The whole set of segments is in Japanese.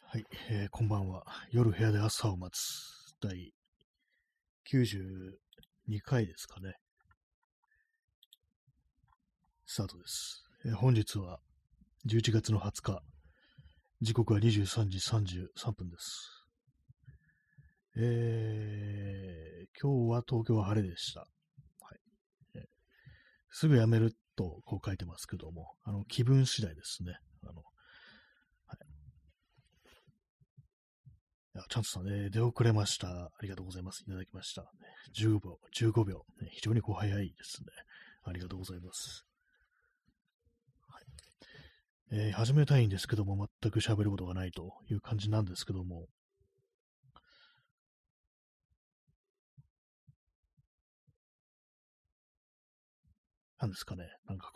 はい、こんばんは。夜部屋で朝を待つ第92回ですかね。スタートです。本日は11月の20日、時刻は23時33分です。今日は東京は晴れでした。はい。すぐ辞めるとこう書いてますけども、気分次第ですね。はい、チャンスさん、出遅れました。ありがとうございます。いただきました。15秒、15秒、非常に早いですね。ありがとうございます。始めたいんですけども、全く喋ることがないという感じなんですけども、なんですかね、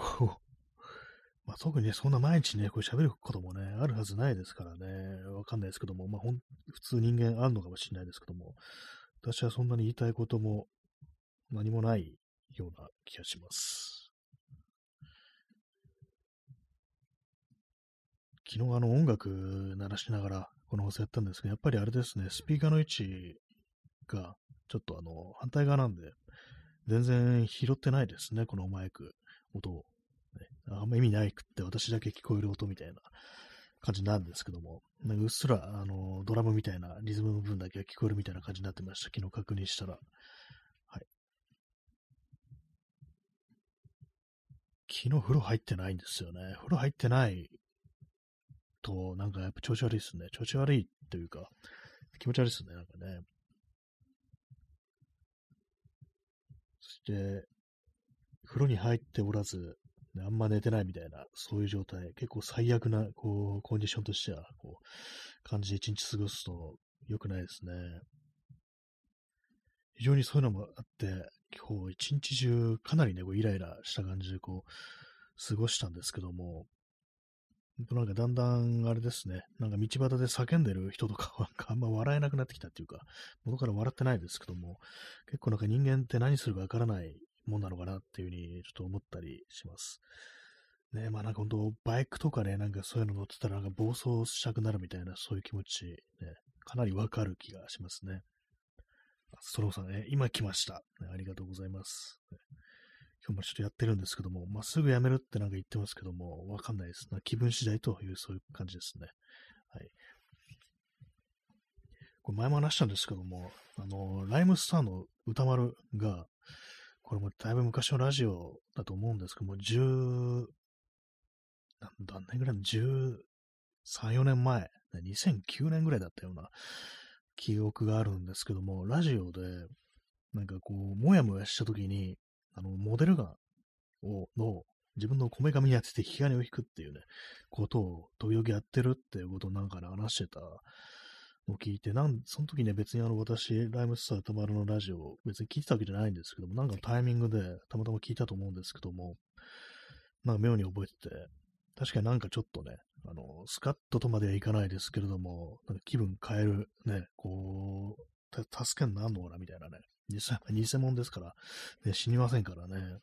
特にね、そんな毎日ね、こう喋ることもね、あるはずないですからね、わかんないですけども、普通人間あるのかもしれないですけども、私はそんなに言いたいことも何もないような気がします。昨日音楽鳴らしながらこの放送やったんですけど、やっぱりあれですね、スピーカーの位置がちょっと反対側なんで、全然拾ってないですね、このマイク、音を。ね、あんま意味ないくって私だけ聞こえる音みたいな感じなんですけども、なんかうっすらドラムみたいなリズムの部分だけが聞こえるみたいな感じになってました。昨日確認したら。はい。昨日風呂入ってないんですよね。風呂入ってないと、なんかやっぱ調子悪いですね。調子悪いというか、気持ち悪いですね、なんかね。そして、風呂に入っておらず、あんま寝てないみたいな、そういう状態、結構最悪な、コンディションとしては、感じで一日過ごすと良くないですね。非常にそういうのもあって、今日一日中かなりね、イライラした感じで過ごしたんですけども、なんかだんだんあれですね、なんか道端で叫んでる人とかはなんかあんま笑えなくなってきたっていうか、元から笑ってないですけども、結構なんか人間って何するかわからないもんなのかなっていうふうにちょっと思ったりします。ね、なんか本当、バイクとかね、なんかそういうの乗ってたらなんか暴走したくなるみたいな、そういう気持ち、ね、かなりわかる気がしますね。ストローさん、今来ました、ね。ありがとうございます。今日もちょっとやってるんですけども、すぐやめるってなんか言ってますけども、わかんないです。気分次第という、そういう感じですね。はい。これ前も話したんですけども、ライムスターの歌丸が、これもだいぶ昔のラジオだと思うんですけども、何年ぐらいの13、4年前、2009年ぐらいだったような記憶があるんですけども、ラジオで、なんかもやもやした時に、モデルガン自分のこめかみに当てて引き金を引くっていうね、ことを時々やってるっていうことをなんかね、話してたのを聞いて、その時ね、別に私、ライムスターたまるのラジオを別に聞いてたわけじゃないんですけども、なんかのタイミングでたまたま聞いたと思うんですけども、なんか妙に覚えてて、確かになんかちょっとね、スカッととまではいかないですけれども、なんか気分変えるね、助けになるのかなみたいなね。偽物ですから、ね、死にませんからね。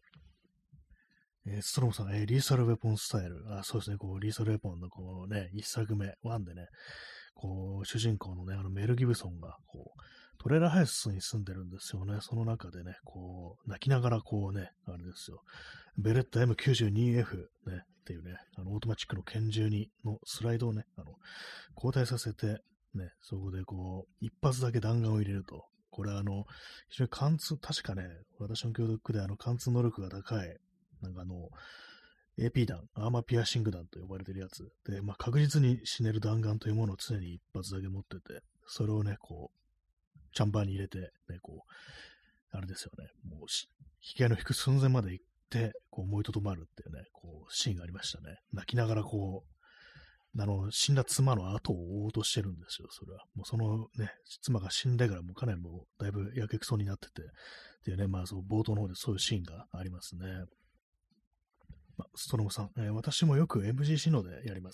ストロムさん、リーサルウェポンスタイル。そうですね、リーサルウェポンの一作目、ワンでね、主人公のね、メル・ギブソンが、トレーラーハウスに住んでるんですよね。その中でね、泣きながらあれですよ、ベレッタ M92F ね、っていうね、オートマチックの拳銃のスライドをね、交代させて、ね、そこで一発だけ弾丸を入れると。これ非常に貫通、確かね、私の記憶で貫通能力が高い、なんかAP 弾、アーマーピアシング弾と呼ばれてるやつ。で、確実に死ねる弾丸というものを常に一発だけ持ってて、それをね、チャンバーに入れて、ね、あれですよね、もう引き合いの引く寸前まで行って、思いとどまるっていうね、シーンがありましたね。泣きながら死んだ妻の後を追おうとしてるんですよ、それは。もうそのね、妻が死んでからもうかなりもうだいぶやけくそになってて、っていうね、そう冒頭の方でそういうシーンがありますね。ストロムさん、私もよく MGC のでやります。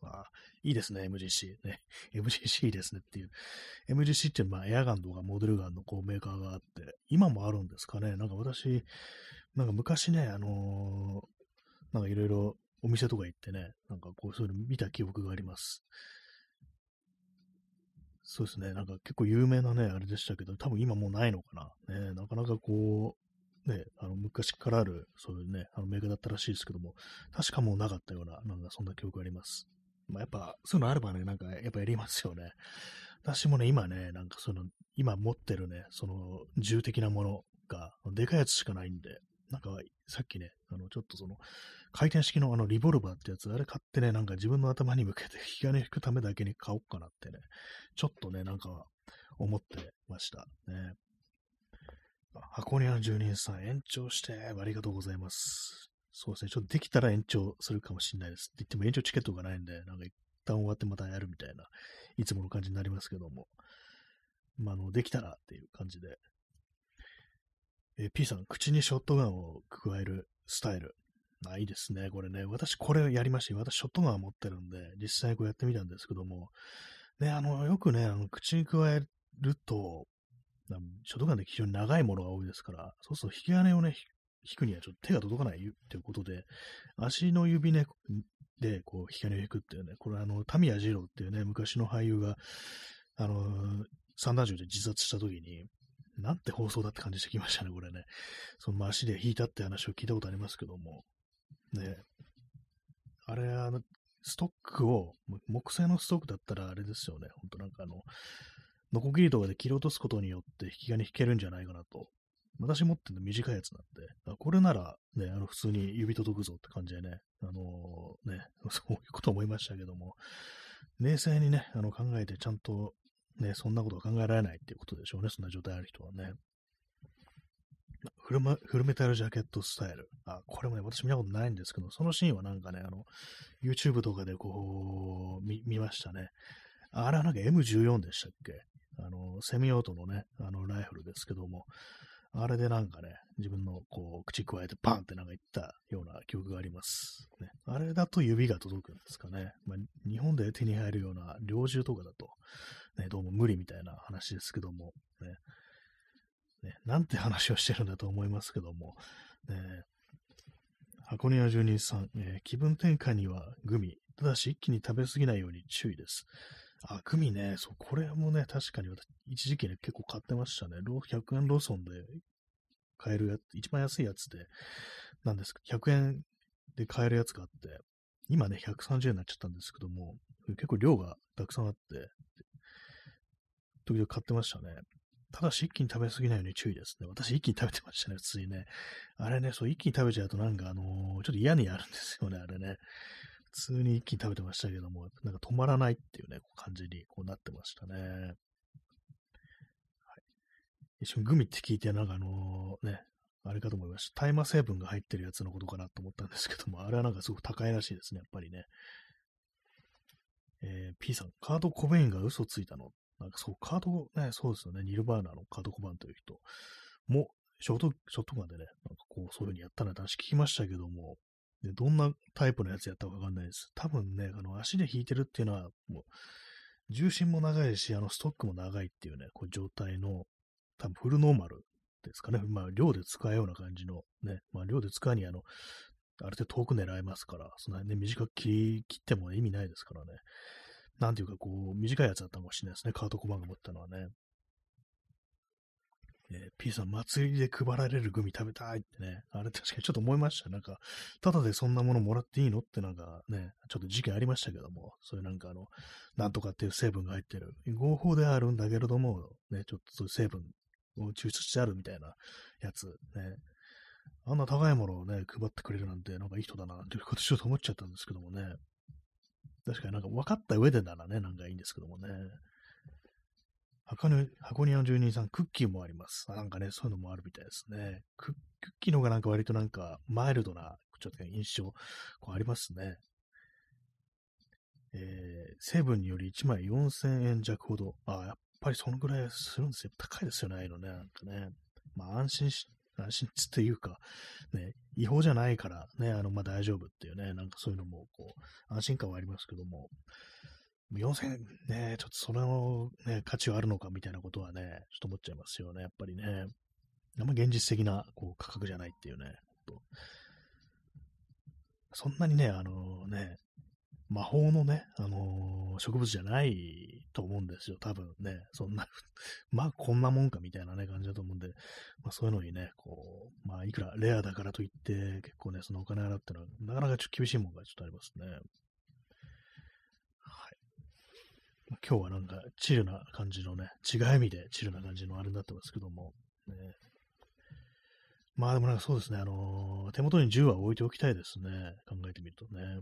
いいですね、MGC。ね、MGC いいですねっていう。MGC ってエアガンとかモデルガンのメーカーがあって、今もあるんですかね。なんか私、なんか昔ね、なんかいろいろお店とか行ってね、なんかそういうの見た記憶があります。 そうですね、なんか結構有名なね、あれでしたけど、多分今もうないのかな。ね、なかなかこう、ね、昔からある、そういうね、メーカーだったらしいですけども、確かもうなかったような、なんかそんな記憶があります。まあ、やっぱ、そういうのあればね、なんか、やっぱやりますよね。私もね、今ね、なんか今持ってるね、その、銃的なものが、でかいやつしかないんで、なんか、さっきね、ちょっと回転式のリボルバーってやつ、あれ買ってね、なんか自分の頭に向けて引き金引くためだけに買おうかなってね、ちょっとね、なんか、思ってましたね。箱庭の住人さん、延長して、ありがとうございます。そうですね、ちょっとできたら延長するかもしれないです。って言っても延長チケットがないんで、なんか一旦終わってまたやるみたいな、いつもの感じになりますけども。まあ、できたらっていう感じで。P さん、口にショットガンを加えるスタイル。いいですね。これね。私、これやりましたよ。私、ショットガンを持ってるんで、実際こうやってみたんですけども、ね、よくね、口に加えると、ショットガンで非常に長いものが多いですから、そうすると引き金をね、引くにはちょっと手が届かないということで、足の指ね、で、こう、引き金を引くっていうね、これタミヤ二郎っていうね、昔の俳優が、散弾銃で自殺した時に、なんて放送だって感じしてきましたね、これね。足で引いたって話を聞いたことありますけども、ね、あれ、ストックを、木製のストックだったらあれですよね、ほんとなんかノコギリとかで切り落とすことによって引き金引けるんじゃないかなと。私持ってるの短いやつなんで、これならね、普通に指届くぞって感じでね、そういうこと思いましたけども、冷静にね、考えてちゃんとね、そんなことは考えられないっていうことでしょうね、そんな状態ある人はね。フルメタルジャケットスタイル。これもね、私見たことないんですけど、そのシーンはなんかね、YouTube とかでこう、見ましたね。あれはなんか M14 でしたっけ？セミオートのね、ライフルですけども、あれでなんかね、自分のこう、口加えてパンってなんか言ったような記憶があります。ね、あれだと指が届くんですかね。まあ、日本で手に入るような猟銃とかだと、ね、どうも無理みたいな話ですけども、なんて話をしてるんだと思いますけども、箱庭住人さん、気分転換にはグミ、ただし一気に食べ過ぎないように注意です。グミね、そう、これもね、確かに私、一時期ね、結構買ってましたね。100円ローソンで買えるやつ、一番安いやつで、なんですか、100円で買えるやつがあって、今ね、130円になっちゃったんですけども、結構量がたくさんあって、時々買ってましたね。ただし一気に食べ過ぎないように注意ですね。私一気に食べてましたね、普通にね。あれね、そう、一気に食べちゃうとなんかちょっと嫌になるんですよね、あれね。普通に一気に食べてましたけども、なんか止まらないっていうね、感じにこうなってましたね。はい、一瞬グミって聞いて、なんかあれかと思いました。大麻成分が入ってるやつのことかなと思ったんですけども、あれはなんかすごく高いらしいですね、やっぱりね。P さん、カート・コベインが嘘ついたの。なんかそう、カート、ね、そうですよね、ニルバーナのカート・コバーンという人も、ショットガンでね、なんかこう、そういう風にやったなんて話聞きましたけども、でどんなタイプのやつやったかわかんないです。多分ね、足で引いてるっていうのは、もう、重心も長いし、ストックも長いっていうね、こう状態の、多分フルノーマルですかね。まあ、量で使うような感じの、ね、まあ、量で使うにある程度遠く狙えますから、そんなね、短く切っても意味ないですからね。なんていうか、こう、短いやつだったかもしれないですね。カートコマンが持ったのはね。P さん、祭りで配られるグミ食べたいってね。あれ確かにちょっと思いました。なんか、ただでそんなものもらっていいのってなんかね、ちょっと事件ありましたけども、そういうなんかなんとかっていう成分が入ってる。合法であるんだけれども、ね、ちょっとそういう成分を抽出してあるみたいなやつ、ね。あんな高いものをね、配ってくれるなんて、なんかいい人だな、ということちょっと思っちゃったんですけどもね。確かになんか分かった上でならね、なんかいいんですけどもね。箱庭の住人さん、クッキーもあります。なんかね、そういうのもあるみたいですね。クッキーの方がなんか割となんか、マイルドな、ちょっと印象、こうありますね。成分により1枚4000円弱ほど。やっぱりそのぐらいするんですよ。高いですよね、ああいうのね。なんかね。まあ、安心っていうか、ね、違法じゃないからね、まあ大丈夫っていうね、なんかそういうのも、こう、安心感はありますけども、4000ね、ちょっとそのね、価値はあるのかみたいなことはね、ちょっと思っちゃいますよね、やっぱりね。あんま現実的なこう価格じゃないっていうね。そんなにね、魔法のね、植物じゃないと思うんですよ。多分ね、そんなまあこんなもんかみたいなね、感じだと思うんで、まあそういうのにね、こう、まあいくらレアだからといって、結構ね、そのお金払ってのは、なかなかちょっと厳しいもんがちょっとありますね。はい。まあ、今日はなんか、チルな感じのね、違う意味でチルな感じのあれになってますけども、ね、まあでもなんかそうですね、手元に銃は置いておきたいですね。考えてみるとね。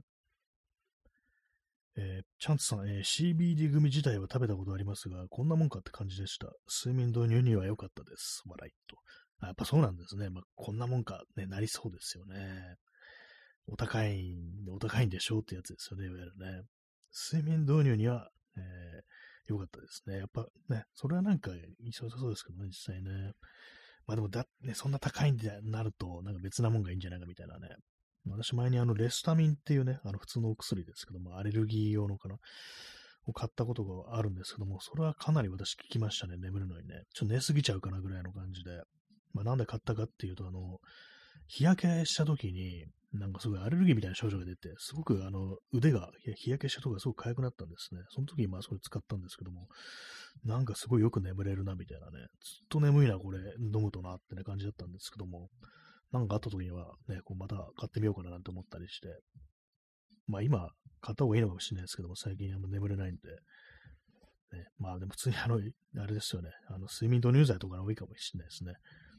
チャンツさん、CBD 組自体は食べたことありますが、こんなもんかって感じでした。睡眠導入には良かったです。笑いと。やっぱそうなんですね。まあ、こんなもんか、ね、なりそうですよね。お高いんでしょうってやつですよね、いわゆるね。睡眠導入には、良かったですね。やっぱね、それはなんか、一緒良さそうですけどね、実際ね。まあでもね、そんな高いんでなると、なんか別なもんがいいんじゃないかみたいなね。私前にレスタミンっていうね、普通のお薬ですけども、アレルギー用のかな、を買ったことがあるんですけども、それはかなり私効きましたね、眠るのにね。ちょっと寝すぎちゃうかなぐらいの感じで。まあなんで買ったかっていうと、日焼けした時に、なんかすごいアレルギーみたいな症状が出て、すごく腕が、日焼けしたとこがすごく痒くなったんですね。その時にまあそれ使ったんですけども、なんかすごいよく眠れるなみたいなね、ずっと眠いなこれ飲むとなってね感じだったんですけども、なんかあった時にはね、こうまた買ってみようかななんて思ったりして、まあ今買った方がいいのかもしれないですけども、最近あんま眠れないんで、ね、まあでも普通にあれですよね、睡眠導入剤とかの方がいいかもしれないですね。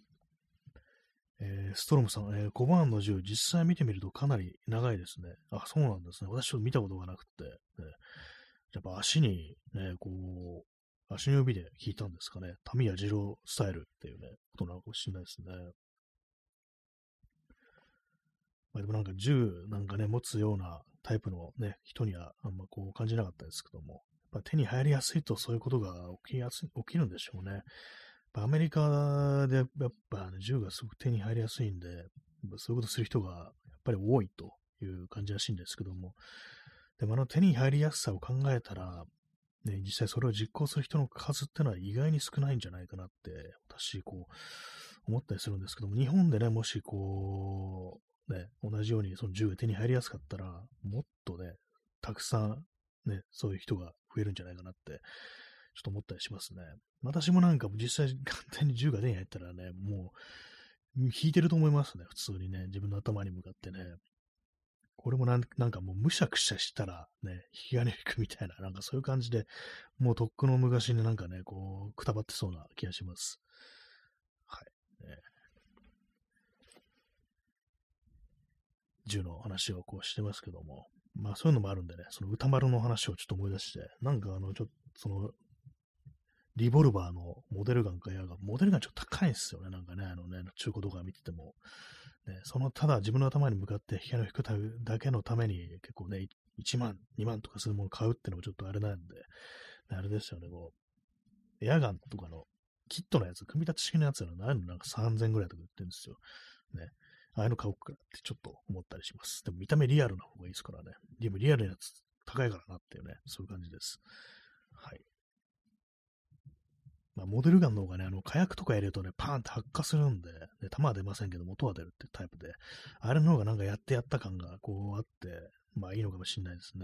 ストロムさん、5番の銃、実際見てみるとかなり長いですね。あ、そうなんですね。私ちょっと見たことがなくて、ね、やっぱ足にね、こう、足の指で引いたんですかね。タミヤ二郎スタイルっていうね、ことなのかもしれないですね。まあ、でもなんか銃なんかね、持つようなタイプのね、人にはあんまこう感じなかったですけども、やっぱ手に入りやすいとそういうことが起きるんでしょうね。アメリカでやっぱ、ね、銃がすごく手に入りやすいんで、そういうことする人がやっぱり多いという感じらしいんですけども、でも手に入りやすさを考えたら、ね、実際それを実行する人の数ってのは意外に少ないんじゃないかなって、私、こう、思ったりするんですけども、日本でね、もしこう、ね、同じようにその銃が手に入りやすかったら、もっとね、たくさん、ね、そういう人が増えるんじゃないかなって、ちょっと思ったりしますね。私もなんか実際簡単に銃が手に入ったらね、もう、引いてると思いますね、普通にね、自分の頭に向かってね。これもなんかもうむしゃくしゃしたらね、引き金引くみたいな、なんかそういう感じで、もうとっくの昔になんかね、こう、くたばってそうな気がします。はい。ね、銃の話をこうしてますけども、まあそういうのもあるんでね、その歌丸の話をちょっと思い出して、なんかちょっとその、リボルバーのモデルガンかエアガン、モデルガンちょっと高いんですよね、なんかね、中古とか見てても。ね、ただ自分の頭に向かって光を引くだけのために結構ね、1万、2万とかするものを買うってのもちょっとあれなんで、あれですよね、こう、エアガンとかのキットのやつ、組み立て式のやつのああいうのなんか3000ぐらいとか売ってるんですよ。ね。ああいうの買おうかってちょっと思ったりします。でも見た目リアルな方がいいですからね。でもリアルなやつ高いからなっていうね、そういう感じです。はい。まあ、モデルガンの方がね、火薬とか入れるとね、パーンって発火するんで、ね、弾は出ませんけど、音は出るっていうタイプで、あれの方がなんかやってやった感がこうあって、まあいいのかもしれないですね。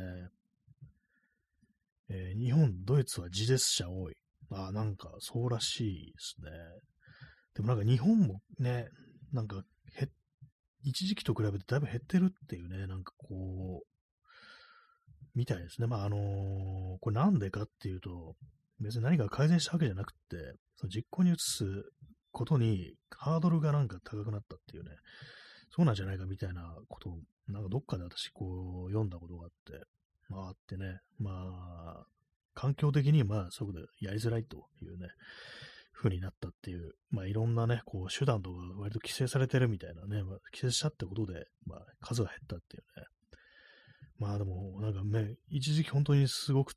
日本、ドイツは自絶者多い。ああ、なんかそうらしいですね。でもなんか日本もね、なんか一時期と比べてだいぶ減ってるっていうね、なんかこう、みたいですね。まあこれなんでかっていうと、別に何か改善したわけじゃなくて、その実行に移すことにハードルがなんか高くなったっていうね、そうなんじゃないかみたいなことを、なんかどっかで私こう読んだことがあって、まああってね、まあ、環境的にまあそういうことやりづらいというね、風になったっていう、まあいろんなね、こう手段とかが割と規制されてるみたいなね、まあ、規制したってことで、まあ数が減ったっていうね。まあでも、なんかね、一時期本当にすごくって、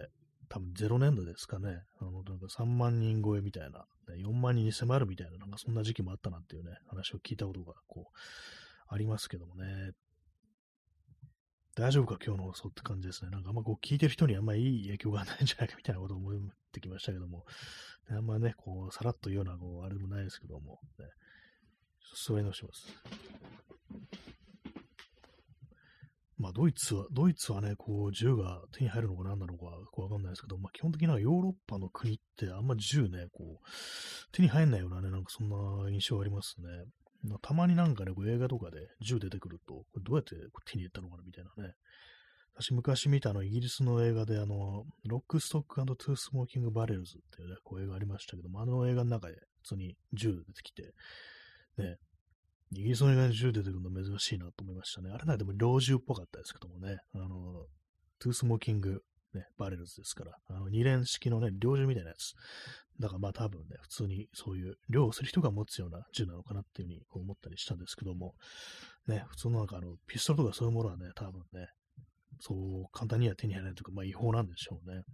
多分0年度ですかね。なんか3万人超えみたいな、4万人に迫るみたいな、なんかそんな時期もあったなっていうね、話を聞いたことが、こう、ありますけどもね。大丈夫か今日の放送って感じですね。なんかあんまこう聞いてる人にあんまいい影響がないんじゃないかみたいなことを思ってきましたけども、あんまね、こう、さらっと言うような、こう、あれでもないですけども、ね、座り直します。 まあ、ドイツはね、こう、銃が手に入るのか何なのか、わかんないですけど、まあ、基本的にはヨーロッパの国ってあんま銃ね、こう、手に入んないようなね、なんかそんな印象ありますね。まあ、たまになんかね、こう映画とかで銃出てくると、これどうやってこう手に入れたのかなみたいなね。私昔見たイギリスの映画でロックストックトゥースモーキングバレルズっていうね、こう映画ありましたけども、あの映画の中で普通に銃出てきて、ね、イギリスの映画に銃出てくるの珍しいなと思いましたね。あれなんかでも猟銃っぽかったですけどもね、トゥースモーキング、ね、バレルズですから、二連式のね、猟銃みたいなやつ。だからまあ多分ね、普通にそういう猟をする人が持つような銃なのかなっていうふうにこう思ったりしたんですけども、ね、普通のなんかピストルとかそういうものはね、多分ね、そう簡単には手に入らないというか、まあ違法なんでしょうね。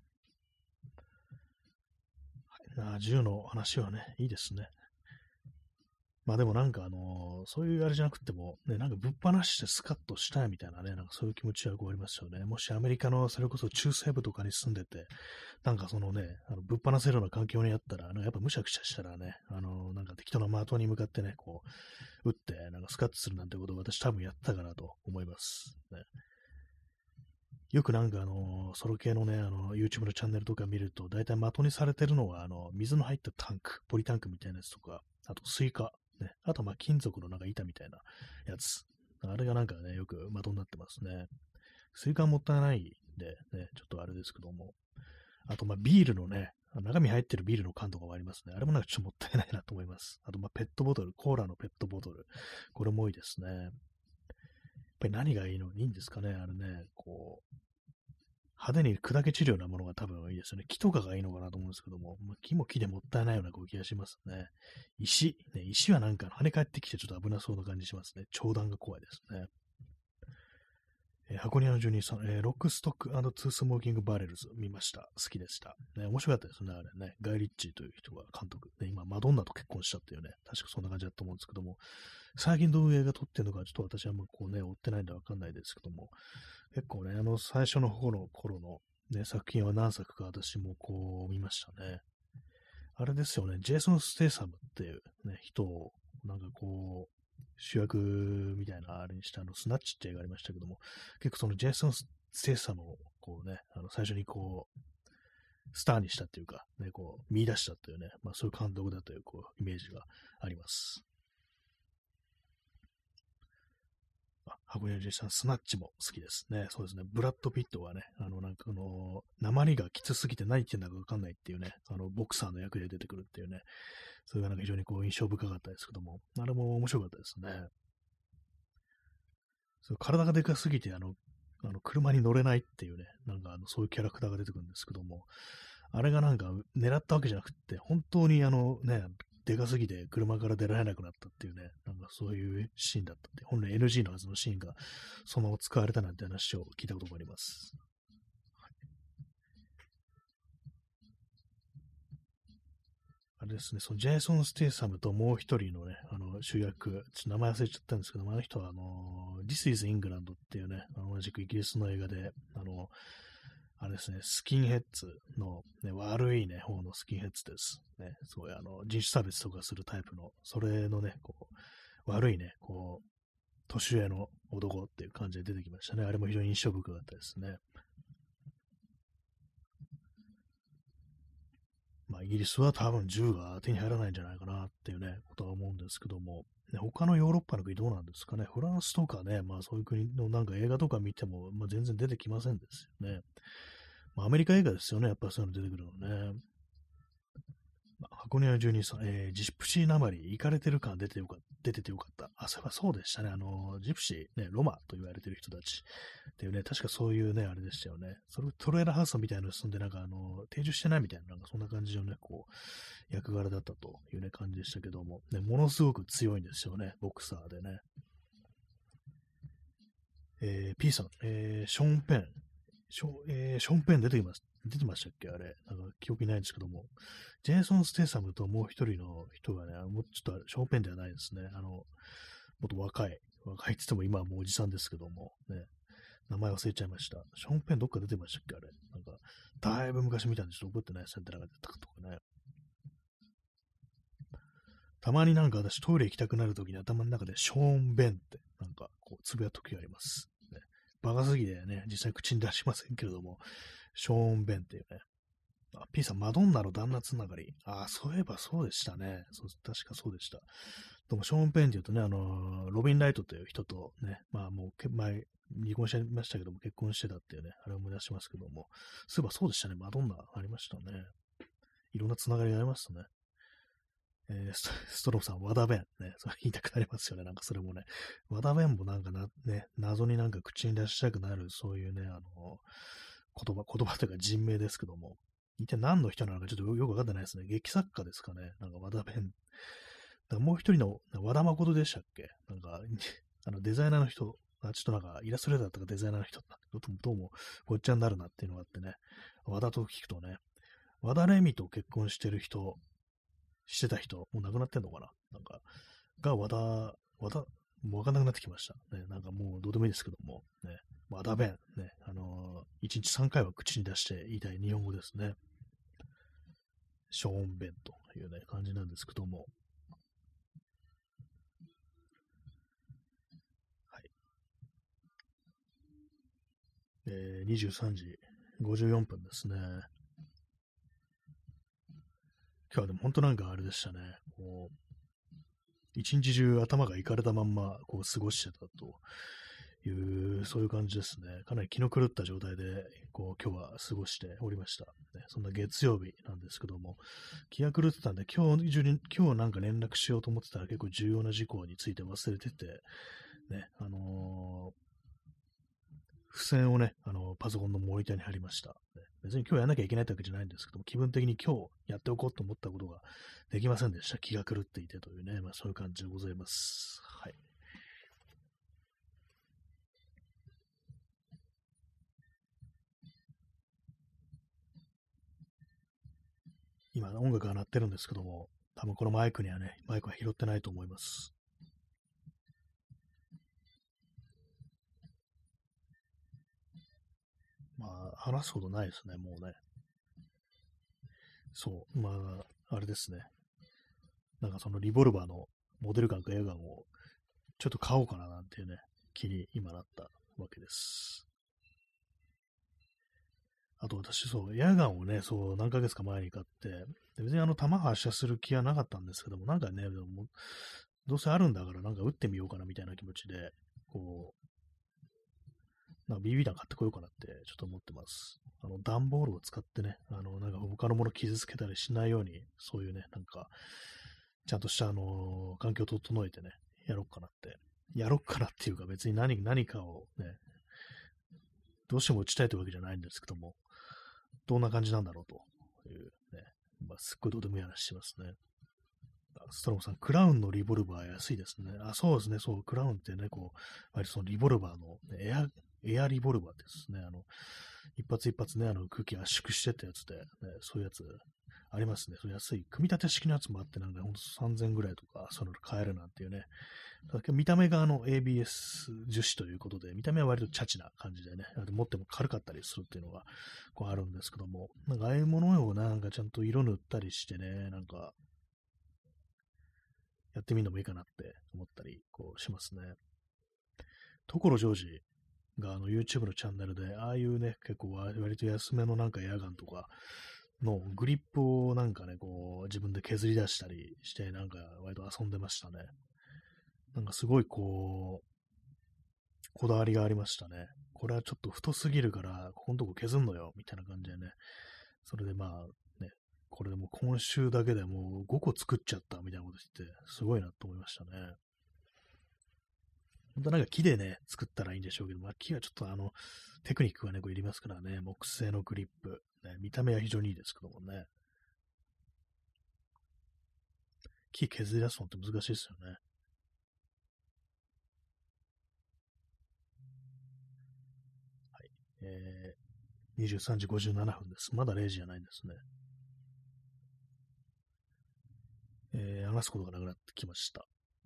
はい、銃の話はね、いいですね。まあでもなんかそういうあれじゃなくても、ね、なんかぶっ放してスカッとしたいみたいなね、なんかそういう気持ちはこうありますよね。もしアメリカのそれこそ中西部とかに住んでて、なんかそのね、ぶっ放せるような環境にあったら、やっぱむしゃくしゃしたらね、なんか適当な的に向かってね、こう、撃って、なんかスカッとするなんてことを私多分やったかなと思います。ね、よくなんかソロ系のね、YouTube のチャンネルとか見ると、大体的にされてるのは、水の入ったタンク、ポリタンクみたいなやつとか、あとスイカ、ね、あとまあ金属のなんか板みたいなやつ。あれがなんかね、よく的になってますね。スイカはもったいないんで、ね、ちょっとあれですけども。あとまあビールのね、中身入ってるビールの缶とかもありますね。あれもなんかちょっともったいないなと思います。あとまあペットボトル、コーラのペットボトル。これも多いですね。やっぱり何がいいんですかね、あれね、こう、派手に砕け散るようなものが多分いいですよね。木とかがいいのかなと思うんですけども、まあ、木も木でもったいないような気がしますね。石はなんか跳ね返ってきてちょっと危なそうな感じしますね。長弾が怖いですね。箱庭の住人さん、ロックストックトゥースモーキングバレルズ見ました。好きでした。ね、面白かったですね、あれね。ガイ・リッチーという人が監督。ね、今、マドンナと結婚したっていうね、確かそんな感じだと思うんですけども、最近どういう映画撮ってるのか、ちょっと私はもうこうね、追ってないんでわかんないですけども、結構ね、最初の方の頃のね、作品は何作か私もこう見ましたね。あれですよね、ジェイソン・ステイサムっていうね、人を、なんかこう、主役みたいなあれにしたスナッチって映画ありましたけども、結構そのジェイソン・ステイサムをこうね、最初にこう、スターにしたっていうか、ね、こう、見出したというね、まあそういう監督だというこうイメージがあります。箱根おじさん、スナッチも好きですね。そうですね。ブラッド・ピットはね、なんか鉛がきつすぎて何言ってんだかわかんないっていうね、ボクサーの役で出てくるっていうね、それがなんか非常にこう印象深かったですけども、あれも面白かったですね。そう体がでかすぎて、車に乗れないっていうね、なんかそういうキャラクターが出てくるんですけども、あれがなんか狙ったわけじゃなくて、本当にね、でかすぎて車から出られなくなったっていうね、なんかそういうシーンだったって、本来 NG のはずのシーンがそのまま使われたなんて話を聞いたことがあります。あれですね、そのジェイソン・ステイサムともう一人のね、主役、ちょっと名前忘れちゃったんですけども、あの人はThis is England っていうね、同じくイギリスの映画で、あれですね、スキンヘッズの、ね、悪いね、方のスキンヘッズです。ね、すごい人種差別とかするタイプの、それのね、こう、悪いね、こう、年上の男っていう感じで出てきましたね。あれも非常に印象深かったですね。まあ、イギリスは多分銃が手に入らないんじゃないかなっていうね、ことは思うんですけども、ね、他のヨーロッパの国どうなんですかね。フランスとかね、まあそういう国のなんか映画とか見ても、まあ、全然出てきませんですよね。まあ、アメリカ映画ですよね、やっぱりそういうの出てくるのね。箱根の住人さん、ジプシーなまり、行かれてる感出ててよかった。あ、そういえばそうでしたね。ジプシー、ね、ロマと言われてる人たちっていうね、確かそういうね、あれでしたよね。それトレーラーハウスみたいなのに住んで、なんか定住してないみたいな、なんかそんな感じのね、こう、役柄だったというね、感じでしたけども、ね、ものすごく強いんですよね、ボクサーでね。P さん、ショーン・ペン、ショーン・ペン出てましたっけあれ。なんか記憶にないんですけども。ジェイソン・ステイサムともう一人の人がね、もうちょっとショーン・ペンではないですね。もっと若い。若いって言っても今はもうおじさんですけども、ね。名前忘れちゃいました。ショーン・ペンどっか出てましたっけあれ。なんか、だいぶ昔見たんでちょっと覚えてないですね。誰が出たかとかね。たまになんか私トイレ行きたくなるときに頭の中でショーン・ベンってなんかこうつぶやくときがあります。ね。 バカすぎてね、実際口に出しませんけれども、ショーン・ベンっていうね、P さん、マドンナの旦那つながり。そういえばそうでしたね。確かそうでした。でも、ショーン・ペンって言うとね、ロビン・ライトという人とね、まあもう前、離婚しましたけども、結婚してたっていうね、あれを思い出しますけども、そういえばそうでしたね。マドンナありましたね。いろんなつながりがありますね。ストローさん、和田弁。ね、それ言いたくなりますよね。なんかそれもね。和田弁もなんかね、謎になんか口に出したくなる、そういうね、言葉というか人名ですけども、一体何の人なのかちょっとよくわかってないですね。劇作家ですかね。なんか和田弁。もう一人の和田誠でしたっけなんか、デザイナーの人、ちょっとなんかイラストレーターとかデザイナーの人だどうもごっちゃになるなっていうのがあってね。和田と聞くとね、和田レミと結婚してた人、もう亡くなってんのかななんか、がもうわかんなくなってきました。ね、なんかもうどうでもいいですけども、ね、和田弁、ね、1日3回は口に出して言いたい日本語ですね。ショーン・ベンというね、感じなんですけども。はい。23時54分ですね。今日はでも本当なんかあれでしたね。こう一日中頭がいかれたまんまこう過ごしてたという、そういう感じですね。かなり気の狂った状態でこう今日は過ごしておりました。ね、そんな月曜日なんですけども、気が狂ってたんで、今日なんか連絡しようと思ってたら結構重要な事項について忘れてて、ね、付箋をね、パソコンのモニターに貼りました。ね、別に今日やんなきゃいけないってわけじゃないんですけども、気分的に今日やっておこうと思ったことができませんでした。気が狂っていてというね、まあそういう感じでございます。はい。今、音楽が鳴ってるんですけども、多分このマイクは拾ってないと思います。まあ、話すことないですね、もうね。そう、まあ、あれですね。なんかそのリボルバーのモデルガンかエアガンをちょっと買おうかななんていうね、気に今なったわけです。あと私、そう、エアガンをね、そう、何ヶ月か前に買って、で別に弾発射する気はなかったんですけども、なんかね、でもどうせあるんだからなんか撃ってみようかなみたいな気持ちで、こなんか BB 弾買ってこようかなってちょっと思ってます。段ボールを使ってね、なんか他のもの傷つけたりしないように、そういうね、なんか、ちゃんとした、環境を整えてね、やろうかなって。やろうかなっていうか、別に何かをね、どうしても打ちたいというわけじゃないんですけども、どんな感じなんだろうというね、まあ、すっごいどうでもいい話しますね。ストロムさん、クラウンのリボルバー安いですね。そうですね、そう、クラウンってね、こう、割とそのリボルバーの、エアリボルバーですね、一発一発ね、空気圧縮してったやつで、ね、そういうやつありますね。そう安い。組み立て式のやつもあって、なんかほんと3000ぐらいとか、その買えるなんていうね。だけど見た目がABS 樹脂ということで、見た目は割とチャチな感じでね、持っても軽かったりするっていうのがこうあるんですけども、なんかああいうものをなんかちゃんと色塗ったりしてね、なんかやってみるのもいいかなって思ったりこうしますね。所ジョージがYouTube のチャンネルで、ああいうね、結構割と安めのなんかエアガンとかのグリップをなんかね、こう自分で削り出したりして、なんか割と遊んでましたね。なんかすごいこう、こだわりがありましたね。これはちょっと太すぎるから、ここのとこ削んのよ、みたいな感じでね。それでまあね、これでもう今週だけでもう5個作っちゃったみたいなこと言って、すごいなと思いましたね。本当なんか木でね、作ったらいいんでしょうけど、まあ、木はちょっとテクニックがね、こういりますからね、木製のグリップ、ね、見た目は非常にいいですけどもね、木削り出すのって難しいですよね。はい。23時57分です。まだ0時じゃないんですね。話すことがなくなってきました。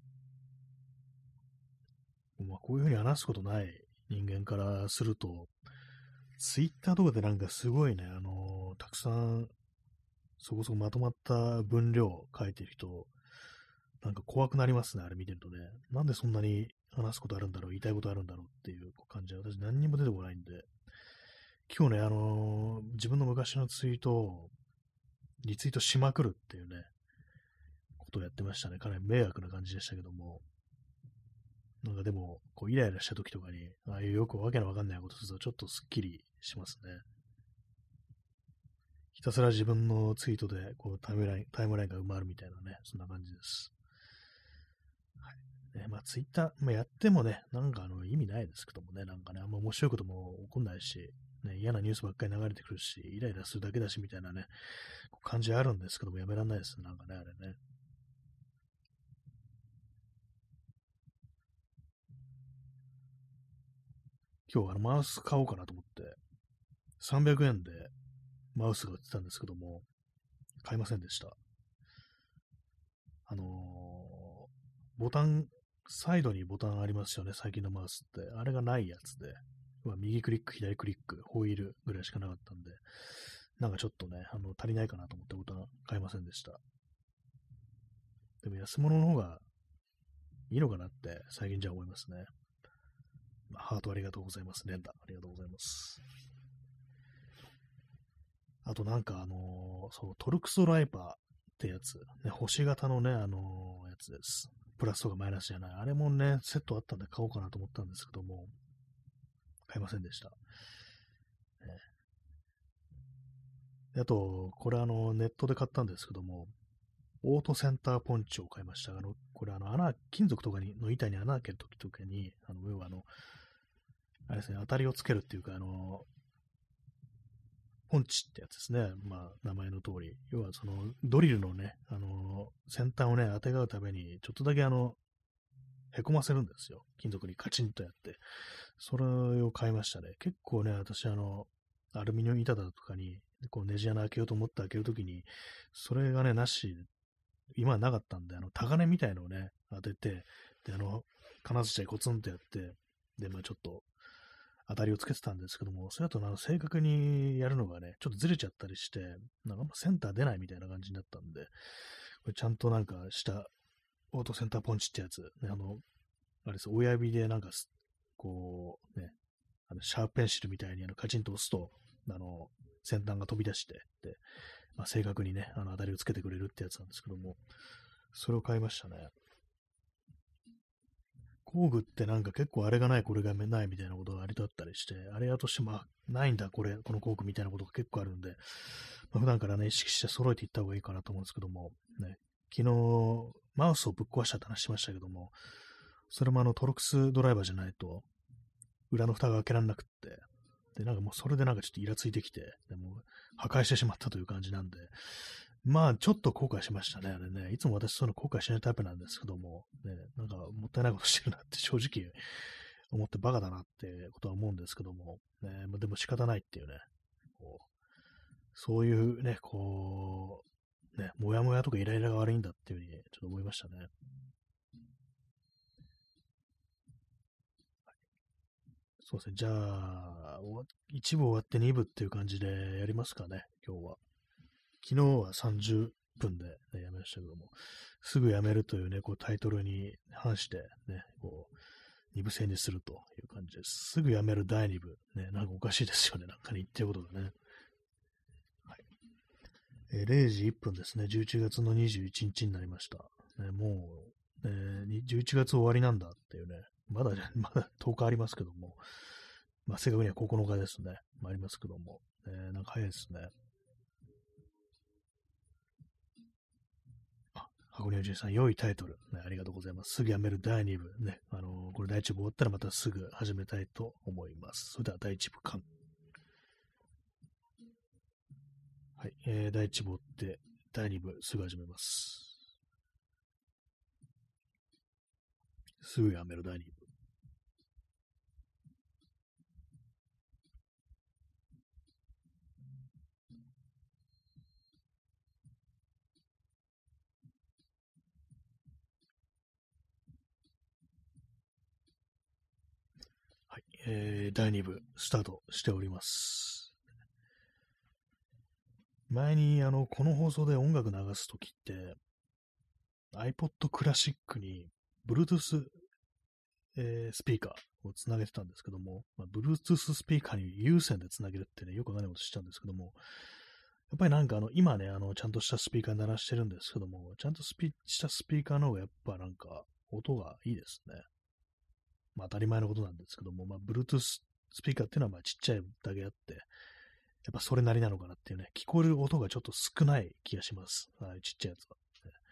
まあ、こういうふうに話すことない人間からすると、ツイッターとかでなんかすごいね、たくさん、そこそこまとまった分量書いてる人、なんか怖くなりますね、あれ見てるとね。なんでそんなに、 話すことあるんだろう、言いたいことあるんだろうっていう感じで、私何にも出てこないんで、今日ね、自分の昔のツイートをリツイートしまくるっていうね、ことをやってましたね。かなり迷惑な感じでしたけども、なんかでも、こうイライラした時とかに、ああいうよくわけのわかんないことするとちょっとスッキリしますね。ひたすら自分のツイートでこうタイムラインが埋まるみたいなね、そんな感じです。はい。ね、まあツイッター、まあ、やってもね、なんか意味ないですけどもね、なんかね、あんま面白いことも起こんないし、ね、嫌なニュースばっかり流れてくるし、イライラするだけだしみたいなね、感じあるんですけども、やめらんないですね、なんかね、あれね。今日マウス買おうかなと思って、300円でマウスが売ってたんですけども、買いませんでした。ボタン、サイドにボタンありますよね、最近のマウスって。あれがないやつで、右クリック、左クリック、ホイールぐらいしかなかったんで、なんかちょっとね、足りないかなと思ってボタン買いませんでした。でも安物の方がいいのかなって最近じゃ思いますね。ハートありがとうございます。連打ありがとうございます。あとなんかそう、トルクソライバーってやつ、ね、星型のね、やつです。プラスとかマイナスじゃない。あれもね、セットあったんで買おうかなと思ったんですけども、買いませんでした。であと、これネットで買ったんですけども、オートセンターポンチを買いました。これ金属とかの板に穴開けるときとかに、要はあれですね、当たりをつけるっていうか、ポンチってやつですね。まあ、名前の通り。要は、ドリルのね、先端をね、当てがうために、ちょっとだけへこませるんですよ。金属にカチンとやって。それを買いましたね。結構ね、私、アルミニウム板だとかに、こう、ネジ穴開けようと思って開けるときに、それがね、なし、今はなかったんで、タガネみたいのをね、当てて、で、金槌でコツンとやって、で、まあちょっと、当たりをつけてたんですけども、それだと正確にやるのがね、ちょっとずれちゃったりして、なんかセンター出ないみたいな感じになったんで、これちゃんとなんかしたオートセンターポンチってやつ、ね、あれです、親指でなんかこう、ね、シャープペンシルみたいにカチンと押すと、先端が飛び出して、で、まあ、正確にね、当たりをつけてくれるってやつなんですけども、それを買いましたね。工具ってなんか結構あれがない、これがないみたいなことがありとあったりして、あれやとしても、ないんだ、この工具みたいなことが結構あるんで、まあ、普段からね、意識して揃えていった方がいいかなと思うんですけども、ね、昨日、マウスをぶっ壊したって話しましたけども、それもトロクスドライバーじゃないと、裏の蓋が開けられなくって、で、なんかもうそれでなんかちょっとイラついてきて、でも破壊してしまったという感じなんで、まあちょっと後悔しましたね、あれね。いつも私そういうの後悔しないタイプなんですけども、ね、なんかもったいないことしてるなって正直思ってバカだなってことは思うんですけども、ね、まあ、でも仕方ないっていうね、こうそういうね、ね、もやもやとかイライラが悪いんだっていうふうにちょっと思いましたね。そうですね。じゃあ、1部終わって2部っていう感じでやりますかね、今日は。昨日は30分で、ね、やめましたけども、すぐやめるというね、こうタイトルに反してね、こう、2部制にするという感じです。すぐやめる第2部。ね、なんかおかしいですよね。なんかね、言ってることがね。はい。0時1分ですね。11月の21日になりました。ね、もう、11月終わりなんだっていうね。まだ10日ありますけども。まあ、正確には9日ですね。まあ、ありますけども。なんか早いですね。箱根おじさん、良いタイトル、ね。ありがとうございます。すぐやめる第2部。ね。これ第1部終わったらまたすぐ始めたいと思います。それでは第1部完。はい。第1部終わって第2部すぐ始めます。すぐやめる第2部。はい。第2部スタートしております。前にこの放送で音楽流すときって iPod クラシックに Bluetooth スピーカーをつなげてたんですけども、Bluetooth スピーカーに有線でつなげるってね、よくわかんないことしたんですけども、やっぱりなんか今ね、ちゃんとしたスピーカー鳴らしてるんですけども、ちゃんとしたスピーカーの方がやっぱなんか音がいいですね。当たり前のことなんですけども、Bluetooth スピーカーっていうのはちっちゃいだけあって、やっぱそれなりなのかなっていうね、聞こえる音がちょっと少ない気がします。ちっちゃいやつは。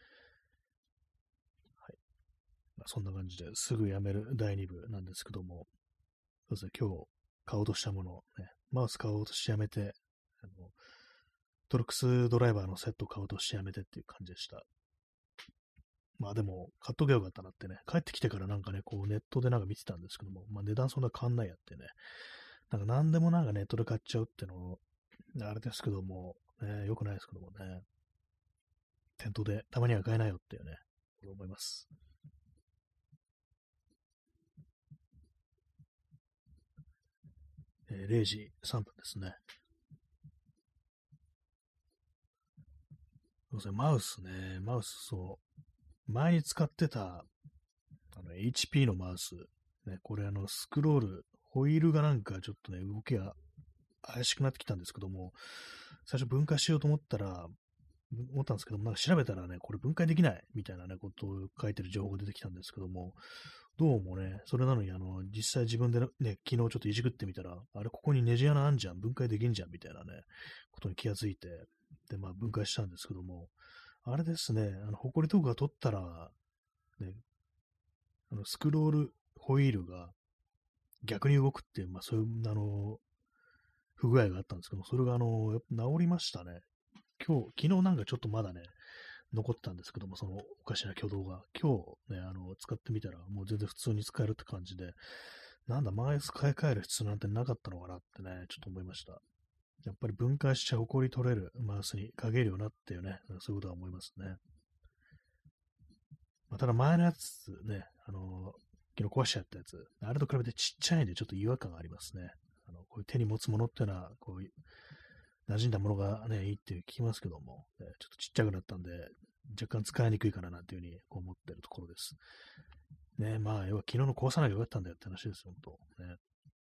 はい。そんな感じですぐやめる第2部なんですけども、そうですね、今日買おうとしたもの、ね、マウス買おうとしてやめて、トルクスドライバーのセット買おうとしてやめてっていう感じでした。でも、買っとけばよかったなってね、帰ってきてからなんかね、こうネットでなんか見てたんですけども、値段そんな変わんないやってね、なんか何でもなんかネットで買っちゃうっての、あれですけども、ね、良くないですけどもね、店頭でたまには買えないよっていうね、思います。0時3分ですね。そうですね、マウスね、マウスそう、前に使ってた、HP のマウス、ね、これスクロール、ホイールがなんかちょっとね、動きが怪しくなってきたんですけども、最初分解しようと思ったんですけども、なんか調べたらね、これ分解できないみたいなね、ことを書いてる情報が出てきたんですけども、どうもね、それなのに実際自分でね、昨日ちょっといじくってみたら、あれ、ここにネジ穴あんじゃん、分解できんじゃん、みたいなね、ことに気がついて、で、分解したんですけども、あれですね、ホコリとか取ったら、ね、スクロールホイールが逆に動くっていう、そういう、不具合があったんですけども、それが、治りましたね。昨日なんかちょっとまだね、残ってたんですけども、そのおかしな挙動が。今日ね、使ってみたら、もう全然普通に使えるって感じで、なんだ、マウス買い替える必要なんてなかったのかなってね、ちょっと思いました。やっぱり分解しちゃホコリ取れるマウスに限るよなっていうね、そういうことは思いますね。ただ前のやつね、昨日壊しちゃったやつ、あれと比べてちっちゃいんでちょっと違和感がありますね。こういう手に持つものっていうのは、こういう馴染んだものがね、いいって聞きますけども、ちょっとちっちゃくなったんで、若干使いにくいかななんていうふうに思ってるところです。ね、要は昨日の壊さなきゃよかったんだよって話ですよ、本当。ね。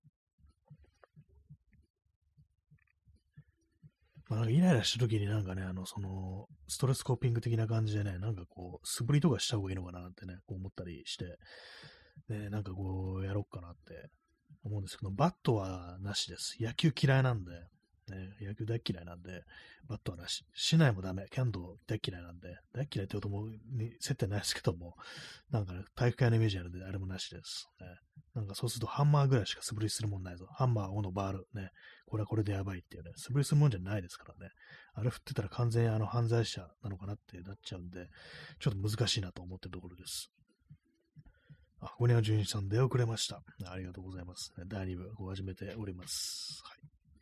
なんかイライラした時になんかね、ストレスコーピング的な感じでね、なんかこう、素振りとかした方がいいのかななんてね、こう思ったりして、ね、なんかこう、やろうかなって思うんですけど、バットはなしです。野球嫌いなんで、ね、野球大嫌いなんで、バットはなし。市内もダメ。キャンドル大嫌いなんで、大嫌いってことも、ね、接点ないですけども、なんかね、体育会のイメージあるんで、あれもなしです。ね。なんかそうするとハンマーぐらいしか素振りするもんないぞ。ハンマー、斧、バール、ね。これはこれでやばいっていうね、素振りするもんじゃないですからね。あれ振ってたら完全に犯罪者なのかなってなっちゃうんで、ちょっと難しいなと思ってるところです。ゴニャ純一さん出遅れました。ありがとうございます。第2部を始めております。はい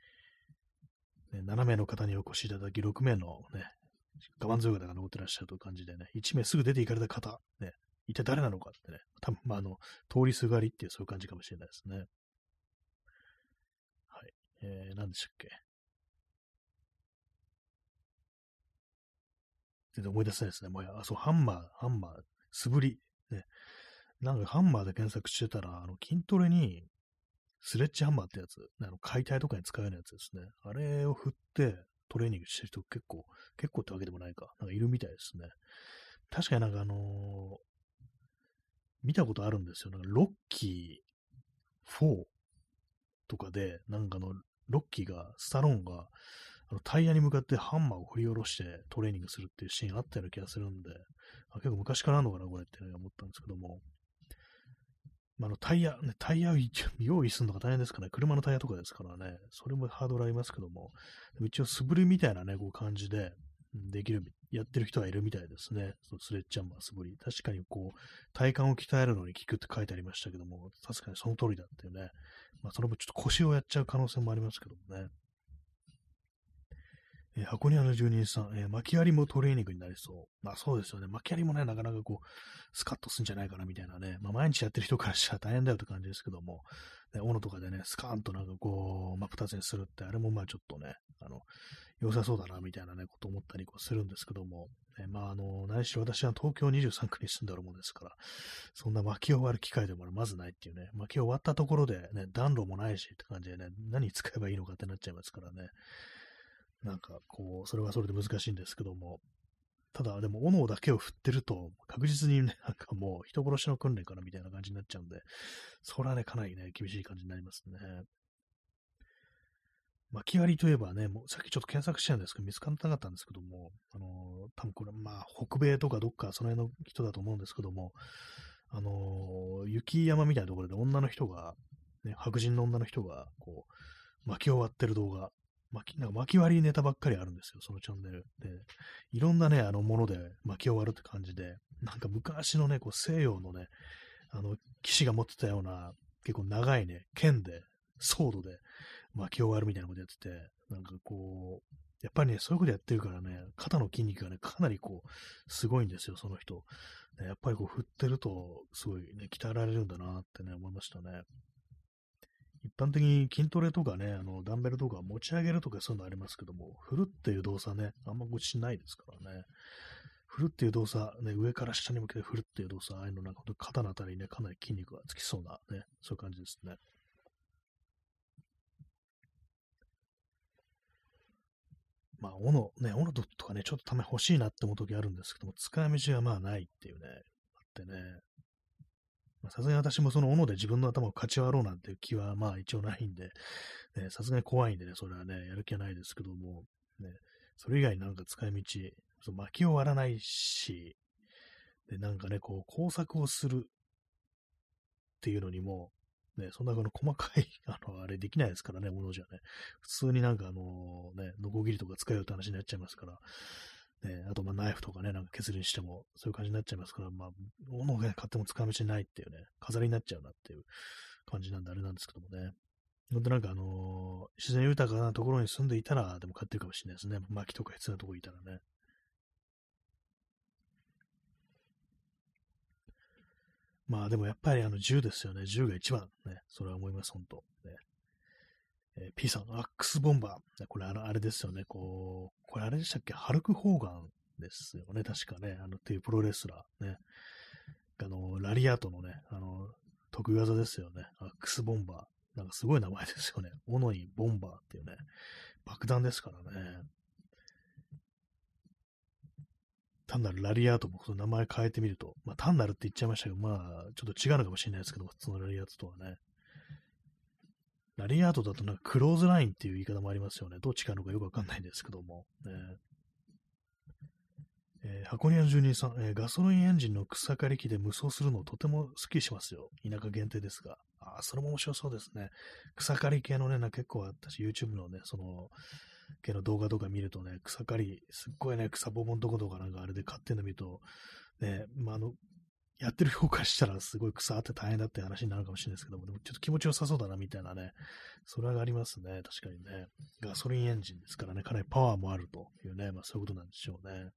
。7名の方にお越しいただき、6名のね、我慢強い方が残ってらっしゃるという感じでね、1名すぐ出て行かれた方、ね、一体誰なのかってね、多分、通りすがりっていうそういう感じかもしれないですね。はい。何でしたっけ。全然思い出せないですね。もうそう、ハンマー、素振り、ね。なんかハンマーで検索してたら、筋トレに、スレッジハンマーってやつ、解体とかに使うようなやつですね。あれを振ってトレーニングしてる人結構ってわけでもないか。なんかいるみたいですね。確かになんか見たことあるんですよ。なんかロッキー4とかで、なんかロッキーが、スタローンが、タイヤに向かってハンマーを振り下ろしてトレーニングするっていうシーンあったような気がするんで、結構昔からあるのかな、これって、ね、思ったんですけども、タイヤ、ね、タイヤを用意するのが大変ですからね。車のタイヤとかですからね。それもハードルありますけども。一応素振りみたいなね、こう感じで、できる、やってる人がいるみたいですね。そうスレッジャンマー素振り。確かにこう、体幹を鍛えるのに効くって書いてありましたけども、確かにその通りだっていうね。その分ちょっと腰をやっちゃう可能性もありますけどもね。 箱庭の住人さん、薪割りもトレーニングになりそう。まあそうですよね。薪割りもね、なかなかこう、スカッとするんじゃないかなみたいなね。まあ毎日やってる人からしたら大変だよって感じですけども、ね、斧とかでね、スカーンとなんかこう、真っ二つにするって、あれもまあちょっとね、良さそうだなみたいなね、こと思ったりこうするんですけども、まあ何しろ私は東京23区に住んでるもんですから、そんな薪を割る機会でもまずないっていうね、薪を割ったところでね、暖炉もないしって感じでね、何使えばいいのかってなっちゃいますからね。なんかこう、それはそれで難しいんですけども、ただでも斧だけを振ってると、確実にね、なんかもう人殺しの訓練かなみたいな感じになっちゃうんで、それはね、かなりね、厳しい感じになりますね。薪割りといえばね、もうさっきちょっと検索したんですけど、見つからなかったんですけども、多分これ、まあ、北米とかどっかその辺の人だと思うんですけども、雪山みたいなところで女の人が、ね、白人の女の人が、こう、薪を割ってる動画、なんか薪割りネタばっかりあるんですよ、そのチャンネル。で、いろんなね、もので薪を割るって感じで、なんか昔のね、こう西洋のね、騎士が持ってたような、結構長いね、剣で、ソードで薪を割るみたいなことやってて、なんかこう、やっぱりね、そういうことやってるからね、肩の筋肉がね、かなりこう、すごいんですよ、その人。やっぱりこう、振ってると、すごいね、鍛えられるんだなってね、思いましたね。一般的に筋トレとかね、ダンベルとか持ち上げるとかそういうのありますけども、振るっていう動作ね、あんましないですからね。振るっていう動作、ね、上から下に向けて振るっていう動作、ああいうのなんか肩のあたりにね、かなり筋肉がつきそうなね、そういう感じですね。まあ、斧とかね、ちょっとため欲しいなって思う時あるんですけども、使い道がまあないっていうね、あってね、さすがに私もその斧で自分の頭をかち割ろうなんていう気はまあ一応ないんで、さすがに怖いんでね、それはね、やる気はないですけども、ね、それ以外になんか使い道、薪を割らないし、で、なんかね、こう工作をするっていうのにも、ね、そんな細かい、あれできないですからね、ものじゃね。普通になんかね、ノコギリとか使うよって話になっちゃいますから、ね、あとまあナイフとかね、なんか削るにしても、そういう感じになっちゃいますから、まあ、物をね、買っても使い道ないっていうね、飾りになっちゃうなっていう感じなんであれなんですけどもね。ほんとなんか自然豊かなところに住んでいたら、でも買ってるかもしれないですね。薪とか必要なところにいたらね。まあでもやっぱり銃ですよね。銃が一番ね。それは思います、本当ね。P さん、アックスボンバー。これあれですよね。これあれでしたっけ？ハルク・ホーガンですよね。確かね。っていうプロレスラーね。ラリアートのね、得意技ですよね。アックスボンバー。なんかすごい名前ですよね。斧にボンバーっていうね。爆弾ですからね。単なるラリアートもその名前変えてみると、まあ単なるって言っちゃいましたけど、まあちょっと違うのかもしれないですけど、普通のラリアートとはね。ラリアートだとなんかクローズラインっていう言い方もありますよね。どっちかのかよくわかんないんですけども。箱庭の住人さん、ガソリンエンジンの草刈り機で無双するのをとても好きしますよ。田舎限定ですが。ああ、それも面白そうですね。草刈り系のね、なんか結構あったし、YouTube のね、その、系の動画とか見るとね、草刈り、すっごいね、草ぼぼんとことかなんかあれで買ってんの見ると、ね、まあ、やってる方からしたらすごい草あって大変だって話になるかもしれないですけども、でもちょっと気持ちよさそうだなみたいなね、それがありますね。確かにね。ガソリンエンジンですからね、かなりパワーもあるというね、まあそういうことなんでしょうね。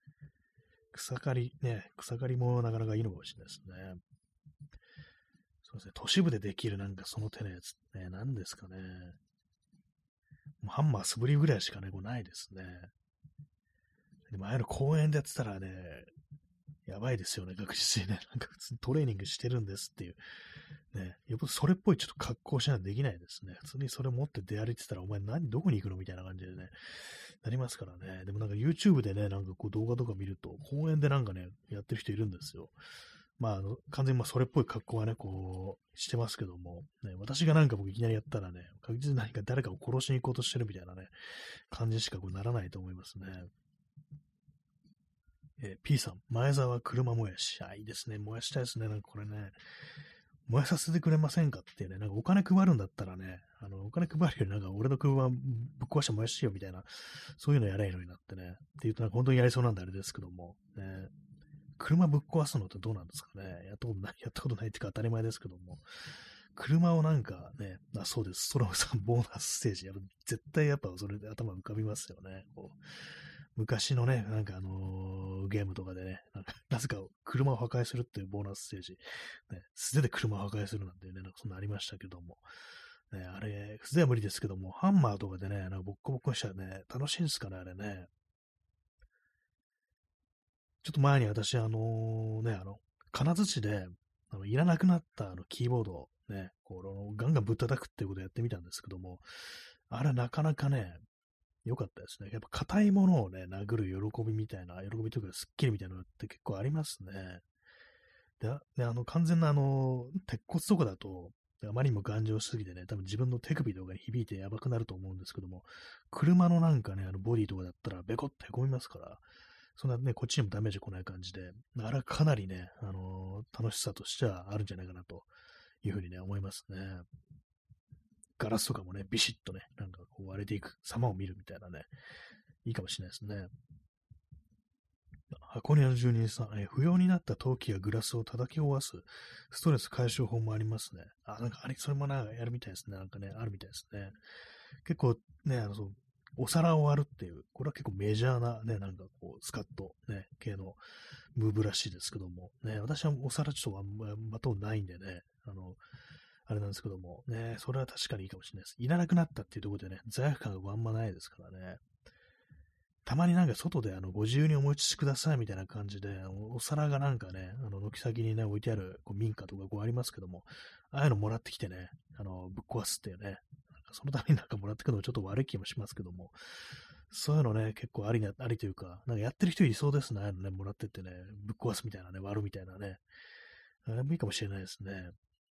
草刈りもなかなかいいのかもしれないですね。そうですね、都市部でできるなんかその手のやつね、何ですかね。もうハンマー素振りぐらいしかね、こうないですね。でもああいうの公園でやってたらね、やばいですよね、確実にね。なんか普通にトレーニングしてるんですっていう。ね、よっぽどそれっぽいちょっと格好しないとできないですね。普通にそれ持って出歩いてたら、お前どこに行くのみたいな感じでね、なりますからね。でもなんか YouTube でね、なんかこう動画とか見ると、公園でなんかね、やってる人いるんですよ。まあ、完全にまあそれっぽい格好はね、こう、してますけども、ね、私がなんか僕いきなりやったらね、確実に何か誰かを殺しに行こうとしてるみたいなね、感じしかこうならないと思いますね。P さん、前澤車もやし。あ、いいですね。燃やしたいですね。なんかこれね、燃やさせてくれませんかっていうね、なんかお金配るんだったらね、お金配るよりなんか俺の車ぶっ壊して燃やしてよみたいな、そういうのやればいいのになってね。って言うとなんか本当にやりそうなんであれですけども、ね、車ぶっ壊すのってどうなんですかね。やったことないっていうか当たり前ですけども、 車をなんかね、そうです。ストロムさんボーナスステージ。絶対やっぱそれで頭浮かびますよね。こう昔のね、なんかゲームとかでね、なぜか車を破壊するっていうボーナスステージ。ね、素手で車を破壊するなんてね、なんかそんなありましたけども。ね、あれ、素手は無理ですけども、ハンマーとかでね、ボッコボコにしたらね、楽しいんですかね、あれね。ちょっと前に私、金槌で、いらなくなったキーボードをね、ガンガンぶったたくっていうことをやってみたんですけども、あれなかなかね、良かったですね。やっぱ硬いものをね、殴る喜びみたいな、喜びというかスッキリみたいなのって結構ありますね。で、完全な鉄骨とかだと、あまりにも頑丈しすぎてね、多分自分の手首とかに響いてやばくなると思うんですけども、車のなんかね、ボディとかだったらベコってへこみますから、そんなね、こっちにもダメージ来ない感じで、あれはかなりね、楽しさとしてはあるんじゃないかなというふうにね、思いますね。ガラスとかもね、ビシッとね、なんかこう割れていく様を見るみたいなね、いいかもしれないですね。箱庭の住人さん、不要になった陶器やグラスを叩き壊すストレス解消法もありますね。なんかそれもなんかやるみたいですね。なんかね、あるみたいですね。結構ね、お皿を割るっていう、これは結構メジャーなね、なんかこう、スカッとね、系のムーブらしいですけども、ね、私はお皿ちょっとまとうないんでね、あれなんですけども、ね、それは確かにいいかもしれないです。いらなくなったっていうところでね、罪悪感があんまないですからね。たまになんか外でご自由にお持ちくださいみたいな感じで、お皿がなんかね、軒先にね、置いてあるこう民家とかこうありますけども、ああいうのもらってきてね、ぶっ壊すっていうね、そのためになんかもらってくるのもちょっと悪い気もしますけども、そういうのね、結構ありというか、なんかやってる人いそうですね、ああいうのね、もらってってね、ぶっ壊すみたいなね、割るみたいなね、あれもいいかもしれないですね。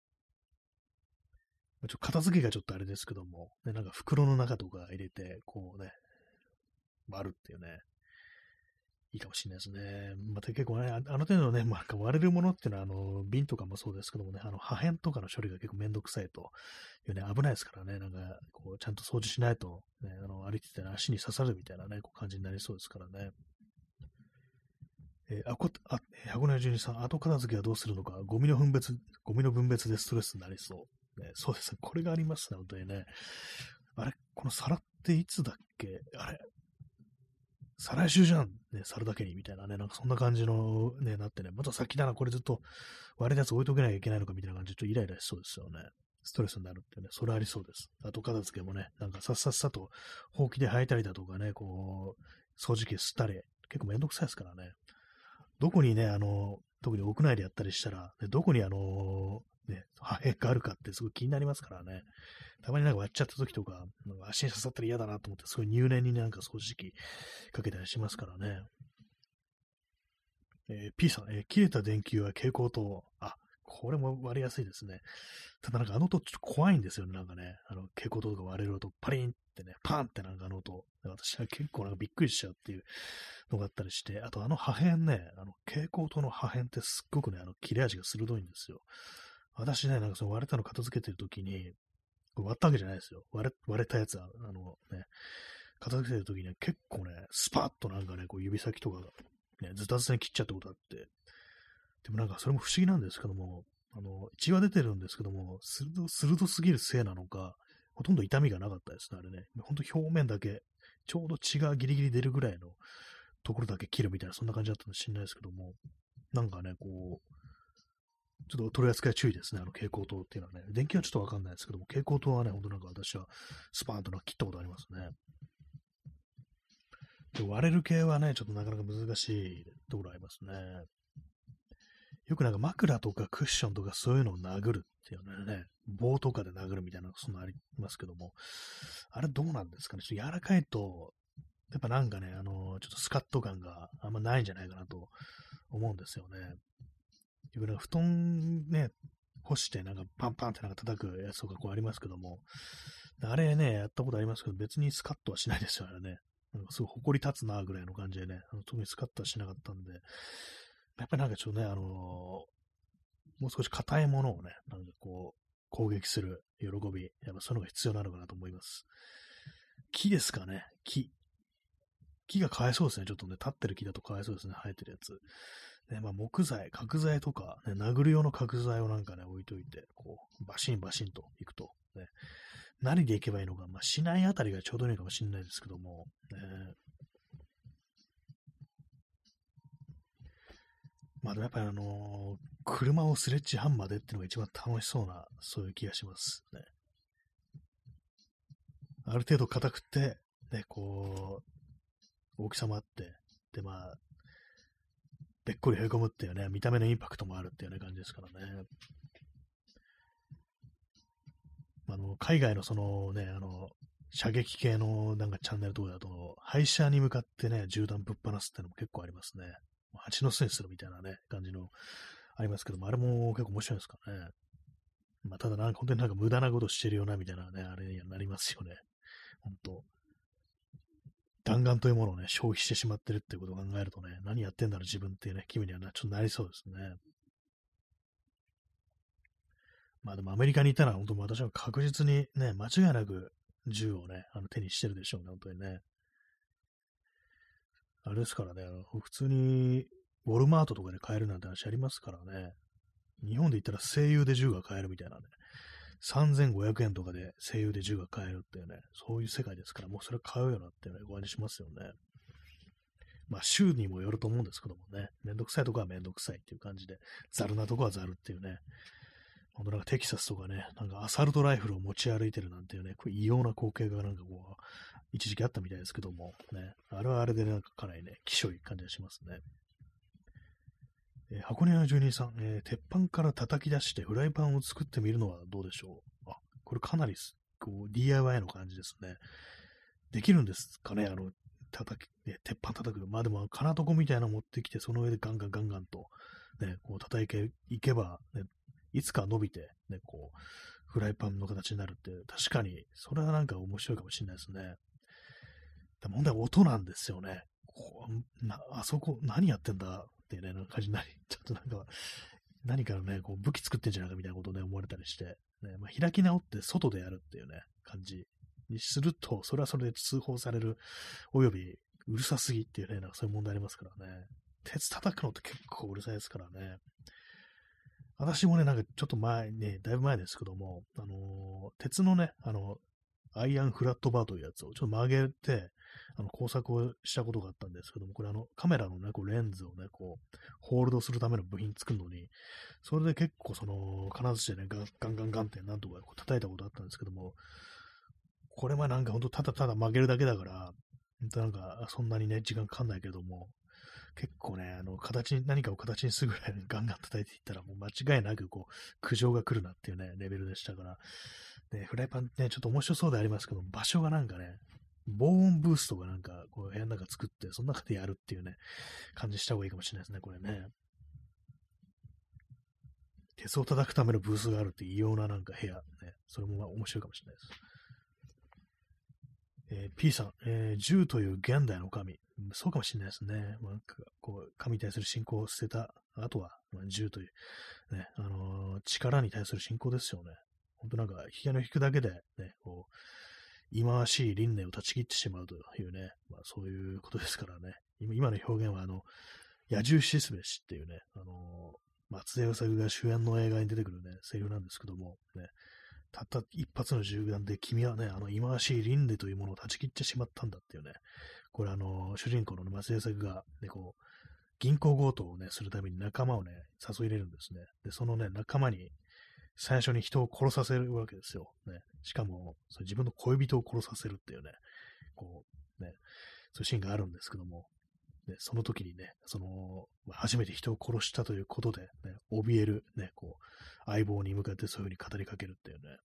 片付けがちょっとあれですけども、ね、なんか袋の中とか入れて、こうね、割るっていうね、いいかもしれないですね。また結構ね、あの程度のね、なんか割れるものっていうのは、瓶とかもそうですけどもね、破片とかの処理が結構めんどくさいというね、危ないですからね、なんか、こう、ちゃんと掃除しないと、ね、歩いてて、ね、足に刺さるみたいなね、こう感じになりそうですからね。箱根住人さん、後片付けはどうするのか、ゴミの分別でストレスになりそう。ね、そうですね、これがありますね、本当にね。あれ、この皿っていつだっけあれ、再来週じゃん、ね、猿だけに、みたいなね、なんかそんな感じの、ね、なってね、また先だな、これずっと割れたやつ置いとけなきゃいけないのか、みたいな感じで、ちょっとイライラしそうですよね。ストレスになるってね、それありそうです。あと、片付けもね、なんかさっさっさと、ほうきで履いたりだとかね、こう、掃除機吸ったり、結構めんどくさいですからね。どこにね、特に屋内でやったりしたら、ね、どこにね、破片があるかってすごい気になりますからね。たまになんか割っちゃった時とか、なんか足に刺さったら嫌だなと思って、すごい入念になんか掃除機かけたりしますからね。P さん、切れた電球は蛍光灯。これも割りやすいですね。ただなんかあの音ちょっと怖いんですよね。なんかね、蛍光灯が割れる音、パリンってね、パンってなんかあの音。私は結構なんかびっくりしちゃうっていうのがあったりして、あと破片ね、蛍光灯の破片ってすっごくね、切れ味が鋭いんですよ。私ね、なんかその割れたの片付けてるときに、割ったわけじゃないですよ。割れたやつは、ね、片付けてるときには結構ね、スパッとなんかね、こう指先とかが、ね、ズタズタに切っちゃったことあって、でもなんかそれも不思議なんですけども、血は出てるんですけども、鋭すぎるせいなのか、ほとんど痛みがなかったですね、あれね。ほんと表面だけ、ちょうど血がギリギリ出るぐらいのところだけ切るみたいな、そんな感じだったかもしれないですけども、なんかね、こう、ちょっと取り扱い注意ですね、蛍光灯っていうのはね。電気はちょっとわかんないですけども、蛍光灯はね、ほんとなんか私はスパーンとなんか切ったことありますね。で割れる系はね、ちょっとなかなか難しいところありますね。よくなんか枕とかクッションとかそういうのを殴るっていうのね、棒とかで殴るみたいな、そんなありますけども、あれどうなんですかね。ちょっと柔らかいと、やっぱなんかね、ちょっとスカッと感があんまないんじゃないかなと思うんですよね。よくなんか布団ね、干してなんかパンパンってなんか叩くやつとかこうありますけども、あれね、やったことありますけど、別にスカッとはしないですよね。なんかすごい埃立つなぐらいの感じでね、特にスカッとはしなかったんで、やっぱりなんかちょっとね、もう少し硬いものをね、なんかこう、攻撃する喜び、やっぱそういうのが必要なのかなと思います。木ですかね、木。木がかわいそうですね。ちょっとね、立ってる木だとかわいそうですね。生えてるやつ。 ね、まあ、木材、角材とか、ね、殴る用の角材をなんかね、置いといて、こう、バシンバシンと行くと、ね、何で行けばいいのか、まあ、市内あたりがちょうどいいかもしれないですけども、まあ、やっぱり車をスレッジハンマーでっていうのが一番楽しそうな、そういう気がしますね。ある程度硬くて、ね、こう、大きさもあって、で、まあ、べっこりへこむっていうね、見た目のインパクトもあるっていうね、感じですからね。海外のそのね、射撃系のなんかチャンネルとかだと、廃車に向かってね、銃弾ぶっ放すってのも結構ありますね。蜂の巣にするみたいなね、感じのありますけども、あれも結構面白いですからね。まあ、ただなんか本当になんか無駄なことしてるよな、みたいなね、あれにはなりますよね。本当弾丸というものをね、消費してしまってるっていうことを考えるとね、何やってんだろう自分っていうね、気分にはちょっとなりそうですね。まあでもアメリカにいたら本当私は確実にね、間違いなく銃をね、手にしてるでしょうね、本当にね。あれですからね、普通にウォルマートとかで買えるなんて話ありますからね。日本で言ったら声優で銃が買えるみたいなね。3500円とかで声優で銃が買えるっていうね、そういう世界ですから、もうそれ買うよなっていうね、ご案にしますよね。まあ、州にもよると思うんですけどもね、めんどくさいとこはめんどくさいっていう感じで、ザルなとこはザルっていうね、ほんとなんかテキサスとかね、なんかアサルトライフルを持ち歩いてるなんていうね、こう異様な光景がなんかこう、一時期あったみたいですけども、ね、あれはあれでなんかかなりね、きしょい感じがしますね。箱根屋の住人さん、鉄板から叩き出してフライパンを作ってみるのはどうでしょう。あ、これかなりこう DIY の感じですね。できるんですかね、鉄板叩く。まあでも、金床みたいなの持ってきて、その上でガンガンガンガンと、ね、こう叩いていけば、ね、いつか伸びて、ね、こう、フライパンの形になるって、確かに、それはなんか面白いかもしれないですね。問題は音なんですよね。あそこ、何やってんだってね、なんか感じになり、ちょっとなんか、何かね、こう武器作ってんじゃないかみたいなことをね、思われたりして、ね、まあ、開き直って外でやるっていうね、感じにすると、それはそれで通報される、およびうるさすぎっていうね、なんかそういう問題ありますからね。鉄叩くのって結構うるさいですからね。私もね、なんかちょっと前ね、だいぶ前ですけども、鉄のね、アイアンフラットバーというやつをちょっと曲げて、工作をしたことがあったんですけども、これカメラのね、こうレンズをね、こう、ホールドするための部品作るのに、それで結構金槌でね、ガンガンガンってなんとかこう叩いたことあったんですけども、これはなんかほんとただただ曲げるだけだから、ほんとなんかそんなにね、時間かかんないけども、結構ね、何かを形にするぐらいガンガン叩いていったら、もう間違いなくこう、苦情が来るなっていうね、レベルでしたから、ね、フライパンね、ちょっと面白そうでありますけど、場所がなんかね、防音ブースとかなんか、こう部屋の中作って、その中でやるっていうね、感じした方がいいかもしれないですね、これね。鉄を叩くためのブースがあるっていう異様ななんか部屋、ね、それもまあ面白いかもしれないです。P さん、銃という現代の神。そうかもしれないですね。なんかこう神に対する信仰を捨てた後は、銃という、ね、力に対する信仰ですよね。本当なんか、ヒゲの引くだけで、ね、こう、忌まわしい輪廻を断ち切ってしまうというね、まあそういうことですからね。今の表現は、野獣死すべしっていうね、松江うさぎが主演の映画に出てくるね、セリフなんですけども、ね、たった一発の銃弾で君はね、忌まわしい輪廻というものを断ち切ってしまったんだっていうね、これ主人公の松江作が、ね、こう、銀行強盗をね、するために仲間をね、誘い入れるんですね。で、そのね、仲間に、最初に人を殺させるわけですよ。ね、しかも、自分の恋人を殺させるっていうね、こう、ね、そういうシーンがあるんですけども、ね、その時にね、初めて人を殺したということで、ね、怯える、ね、こう、相棒に向かってそういうふうに語りかけるっていうね、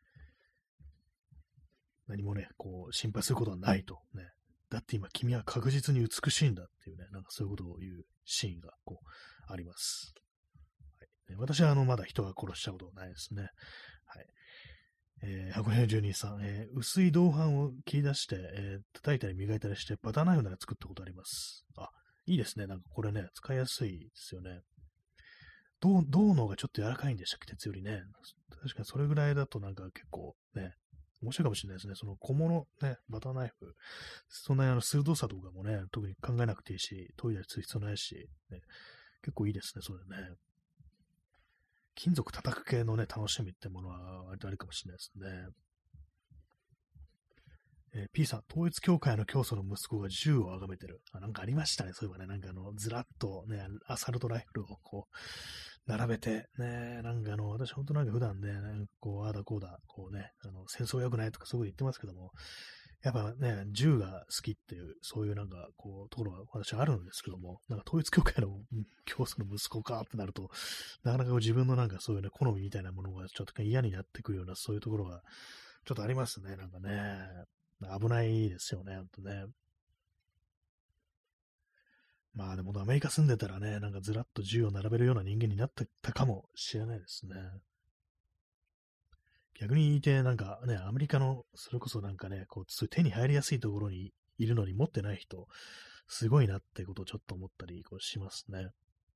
何もね、こう、心配することはないと、ね、だって今君は確実に美しいんだっていうね、なんかそういうことを言うシーンが、こう、あります。はい、私はまだ人が殺したことはないですね。はい。箱根住人さん、薄い銅板を切り出して、叩いたり磨いたりして、バターナイフなら作ったことあります。あ、いいですね。なんかこれね、使いやすいですよね。銅の方がちょっと柔らかいんでしたっけ、鉄よりね。確かにそれぐらいだとなんか結構ね、面白いかもしれないですね。その小物ね、バターナイフ。そんなに鋭さとかもね、特に考えなくていいし、研いだりする必要ないし、ね、 結構いいですね、それね。金属叩く系のね、楽しみってものは割とあるかもしれないですね。P さん、統一教会の教祖の息子が銃を崇めてる。なんかありましたね、そういえばね。なんかずらっとね、アサルトライフルをこう、並べて、ね、なんか私本当なんか普段ね、なんかこう、ああだこうだ、こうね、戦争良くないとかそういうこと言ってますけども、やっぱね、銃が好きっていう、そういうなんか、こう、ところが私はあるんですけども、なんか統一教会の教祖の息子かってなると、なかなかこう自分のなんかそういうね、好みみたいなものがちょっと嫌になってくるような、そういうところが、ちょっとありますね、なんかね。危ないですよね、ほんとね。まあでもアメリカ住んでたらね、なんかずらっと銃を並べるような人間になってたかもしれないですね。逆にいて、なんかね、アメリカの、それこそなんかね、こう、そういう手に入りやすいところにいるのに持ってない人、すごいなってことをちょっと思ったりこうしますね。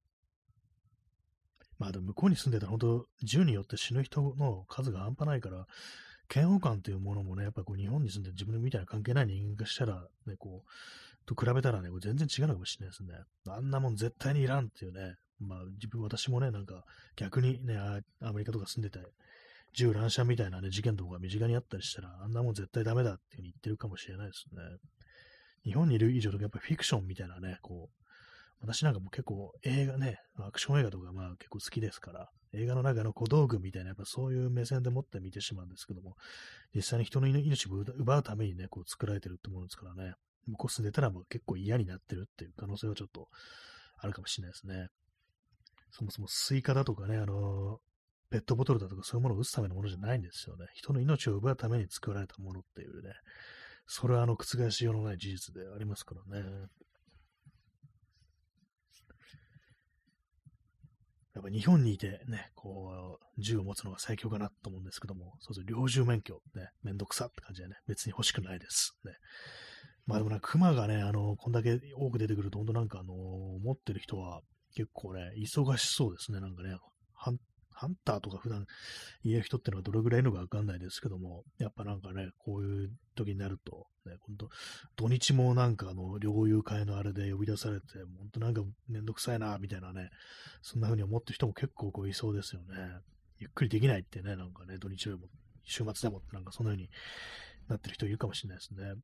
まあでも向こうに住んでたら本当、銃によって死ぬ人の数が半端ないから、嫌悪感というものもね、やっぱこう日本に住んでる自分みたいな関係ない人間がしたら、ね、こう、と比べたらね、これ全然違うのかもしれないですね。あんなもん絶対にいらんっていうね、まあ私もね、なんか逆にね、アメリカとか住んでて、銃乱射みたいなね、事件とかが身近にあったりしたら、あんなもん絶対ダメだっていうふうに言ってるかもしれないですね。日本にいる以上とかやっぱりフィクションみたいなね、こう、私なんかも結構映画ね、アクション映画とかまあ結構好きですから、映画の中の小道具みたいな、やっぱそういう目線でもって見てしまうんですけども、実際に人の命を奪うためにね、こう作られてるってものですからね、向こう住んでたらもう結構嫌になってるっていう可能性はちょっとあるかもしれないですね。そもそもスイカだとかね、ペットボトルだとかそういうものを撃つためのものじゃないんですよね。人の命を奪うために作られたものっていうね、それは覆しようのない事実でありますからね。やっぱ日本にいてね、こう、銃を持つのが最強かなと思うんですけども、そうそう、猟銃免許、ね、めんどくさって感じでね、別に欲しくないです。ね。まあでもなんか熊がね、こんだけ多く出てくると、本当なんか持ってる人は結構ね、忙しそうですね、なんかね、ハンターとか普段言える人ってのはどれぐらいいるのかわかんないですけども、やっぱなんかね、こういう時になると、ね、ほんと、土日もなんか猟友会のあれで呼び出されて、ほんとなんかめんどくさいな、みたいなね、そんな風に思ってる人も結構こういそうですよね。ゆっくりできないってね、なんかね、土日でも、週末でもなんかそんな風になってる人いるかもしれないですね。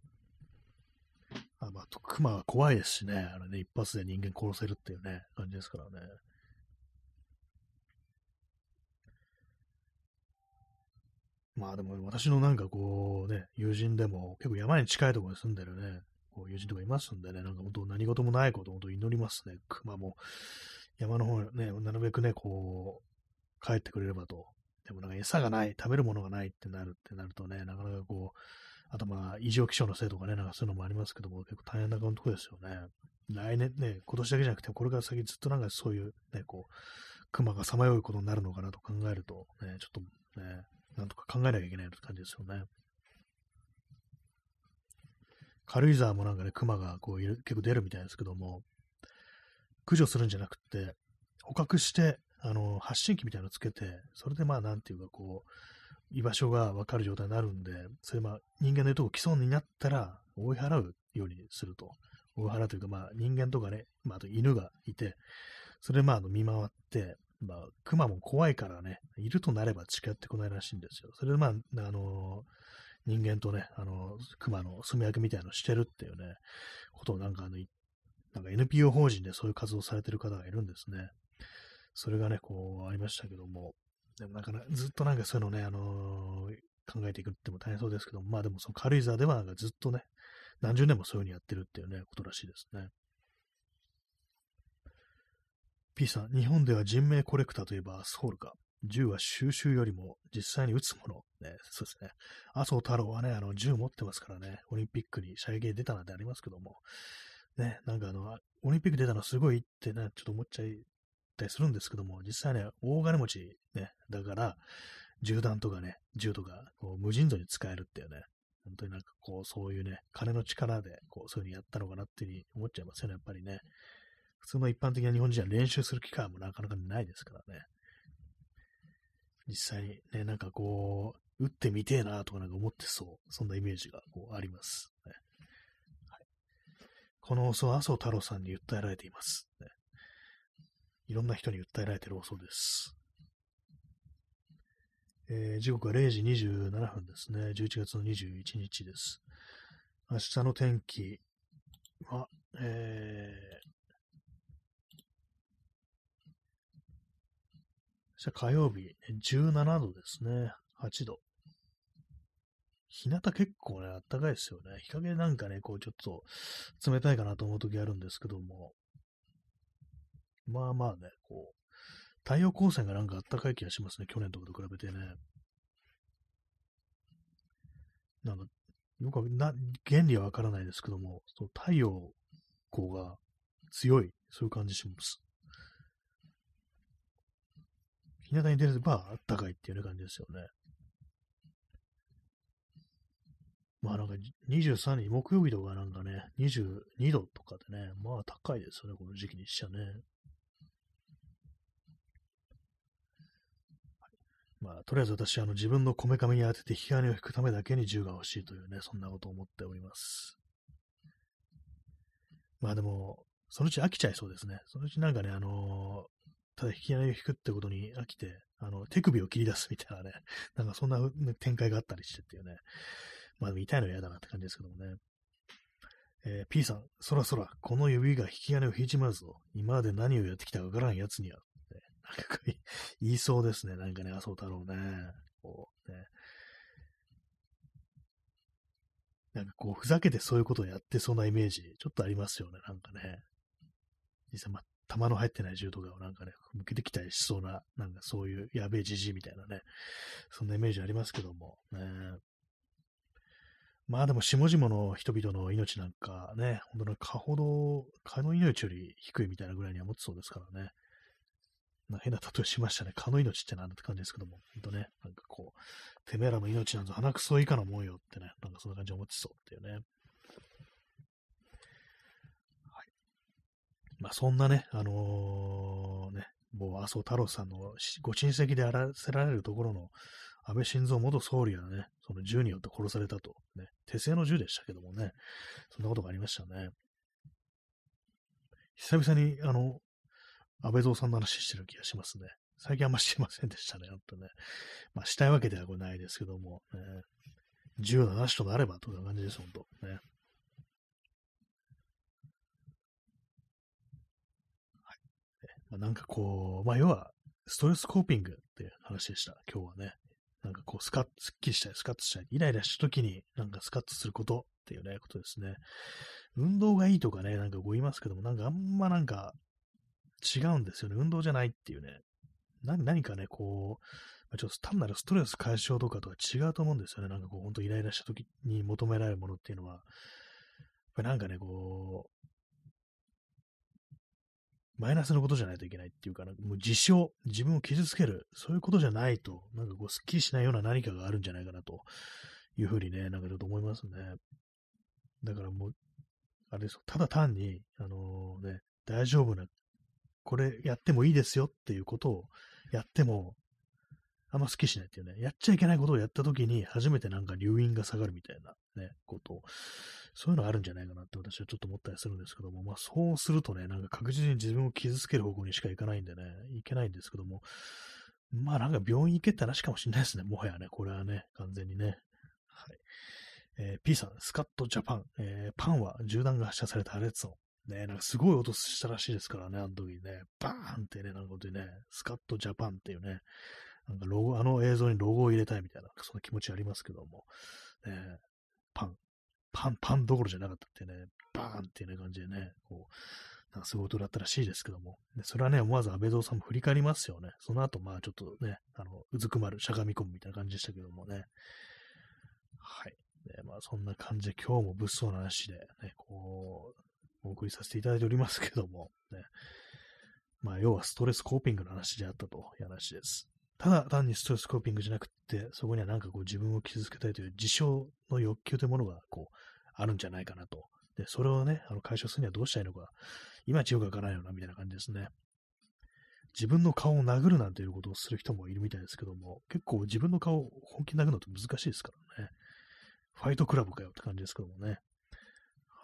まあ、熊は怖いですしね、一発で人間殺せるっていうね、感じですからね。まあでも私のなんかこうね、友人でも結構山に近いところに住んでるね、こう友人とかいますんでね、なんか本当何事もないことを本当祈りますね。熊も山の方ね、なるべくね、こう帰ってくれればと。でもなんか餌がない、食べるものがないってなるとね、なかなかこう、あとまあ異常気象のせいとかね、なんかそういうのもありますけども、結構大変なところですよね。来年ね、今年だけじゃなくて、これから先ずっとなんかそういうね、こう、熊がさまようことになるのかなと考えると、ね、ちょっとね、なんとか考えなきゃいけないって感じですよね。軽井沢もなんかね、熊がこういる結構出るみたいですけども、駆除するんじゃなくて、捕獲して、発信機みたいなのつけて、それでまあ、なんていうか、こう、居場所がわかる状態になるんで、それまあ、人間の言うとこ来そうになったら、追い払うようにすると。追い払うというか、まあ、人間とかね、まあ、あと犬がいて、それでまあ、見回って、まあ、熊も怖いからね、いるとなれば近寄ってこないらしいんですよ。それでまあ、人間とね、熊の住み分けみたいなのをしてるっていうね、ことをなんか NPO 法人でそういう活動されてる方がいるんですね。それがね、こう、ありましたけども、でもなんかずっとなんかそういうのね、考えていくっても大変そうですけども、まあでもその軽井沢ではなんかずっとね、何十年もそういう風にやってるっていうね、ことらしいですね。P さん、日本では人命コレクターといえばアスホールか。銃は収集よりも実際に撃つもの。ね、そうですね。麻生太郎はね、銃持ってますからね、オリンピックに射撃で出たなんてありますけども、ね、なんかオリンピック出たのすごいってね、ちょっと思っちゃったりするんですけども、実際ね、大金持ちね、だから、銃弾とかね、銃とか、こう無尽蔵に使えるっていうね、本当になんかこう、そういうね、金の力で、こう、そういう風にやったのかなっていう風に思っちゃいますよね、やっぱりね。普通の一般的な日本人は練習する機会もなかなかないですからね。実際にね、なんかこう、打ってみてえなとかなんか思ってそう、そんなイメージがこうあります、ね。はい、この放送は麻生太郎さんに訴えられています。ね、 いろんな人に訴えられているそうです。時刻は0時27分ですね。11月の21日です。明日の天気は、明日火曜日、17度ですね。8度。日向結構ね、暖かいですよね。日陰なんかね、こうちょっと冷たいかなと思う時あるんですけども、まあまあね、こう、太陽光線がなんか暖かい気がしますね。去年とかと比べてね。なんか、よく原理はわからないですけども、その太陽光が強い、そういう感じします。日向に出れば暖かいっていうような感じですよね。まあなんか23日、木曜日とかなんかね、22度とかでね、まあ高いですよね、この時期にしちゃね。まあ、とりあえず私、自分のこめかみに当てて引き金を引くためだけに銃が欲しいというね、そんなことを思っております。まあでも、そのうち飽きちゃいそうですね。そのうちなんかね、ただ引き金を引くってことに飽きて、手首を切り出すみたいなね、なんかそんな、ね、展開があったりしてっていうね。まあでも痛いのは嫌だなって感じですけどもね。P さん、そらそら、この指が引き金を引いちまうぞ。今まで何をやってきたかわからんやつには。ね、なんか言いそうですね。なんかね、麻生太郎ね。こうね。なんかこう、ふざけてそういうことをやってそうなイメージ、ちょっとありますよね。なんかね。実際、弾の入ってない銃とかをなんかね、向けてきたりしそうな、なんかそういうやべえじじいみたいなね。そんなイメージありますけども。ね。まあでも、下々の人々の命なんかね、本当に蚊の命より低いみたいなぐらいには持ってそうですからね。変な例えしましたね。蚊の命ってなんだって感じですけども、本当ね、なんかこう、てめえらの命なんぞ鼻くそ以下のもんよってね、なんかそんな感じで思ってそうっていうね。はい。まあそんなね、ね、もう麻生太郎さんのご親戚であらせられるところの安倍晋三元総理はね、その銃によって殺されたと。ね、手製の銃でしたけどもね、そんなことがありましたね。久々に、安倍蔵さんの話してる気がしますね。最近あんましてませんでしたね、ほんとね。まあ、したいわけではこれないですけども、ね、銃のなしとなればという感じです、ほんと。ね。はい。まあ、なんかこう、まあ、要は、ストレスコーピングっていう話でした、今日はね。なんかこう、すっきりしたい、スカッとしたい、イライラした時に、なんかスカッとすることっていうね、ことですね。運動がいいとかね、なんかこう言いますけども、なんかあんまなんか違うんですよね。運動じゃないっていうね。何かね、こう、ちょっと単なるストレス解消とかとは違うと思うんですよね。なんかこう、ほんとイライラした時に求められるものっていうのは、やっぱりなんかね、こう、マイナスのことじゃないといけないっていうか、なんかもう自分を傷つける、そういうことじゃないと、なんかこう、スッキリしないような何かがあるんじゃないかなというふうにね、なんかちょっと思いますね。だからもう、あれですよ、ただ単に、大丈夫な、これやってもいいですよっていうことをやっても、あんま好きしないっていうね、やっちゃいけないことをやったときに、初めてなんか留飲が下がるみたいなね、そういうのあるんじゃないかなって私はちょっと思ったりするんですけども、まあそうするとね、なんか確実に自分を傷つける方向にしかいかないんでね、いけないんですけども、まあなんか病院行けって話かもしれないですね、もはやね、これはね、完全にね。はい。P さん、スカットジャパン、パンは銃弾が発射された破裂音。ね、なんかすごい音したらしいですからね、あの時ね、バーンってね、なんかことでね、スカットジャパンっていうね、なんかあの映像にロゴを入れたいみたいな、そんな気持ちありますけども、ね、パン、パンどころじゃなかったってね、バーンっていうね感じでね、こう、なんかすごい音だったらしいですけども、ね、それはね、思わず安倍蔵さんも振り返りますよね。その後、まあちょっとね、うずくまる、しゃがみ込むみたいな感じでしたけどもね。はい。ね、まあそんな感じで今日も物騒な話で、ね、こう、お送りさせていただいておりますけども、ね、まあ要はストレスコーピングの話であったという話です。ただ単にストレスコーピングじゃなくて、そこにはなんかこう自分を傷つけたいという自傷の欲求というものがこうあるんじゃないかなと。で、それをね、解消するにはどうしたらいいのか、いまいちよくわからないよな、みたいな感じですね。自分の顔を殴るなんていうことをする人もいるみたいですけども、結構自分の顔を本気に殴るのって難しいですからね。ファイトクラブかよって感じですけどもね。はい。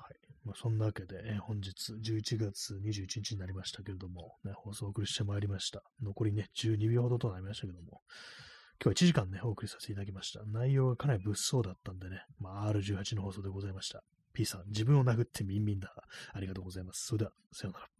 まあ、そんなわけで、本日11月21日になりましたけれども、ね、放送をお送りしてまいりました。残りね、12秒ほどとなりましたけども、今日は1時間ね、お送りさせていただきました。内容がかなり物騒だったんでね、まあ、R18 の放送でございました。P さん、自分を殴ってミンミンだ。ありがとうございます。それでは、さようなら。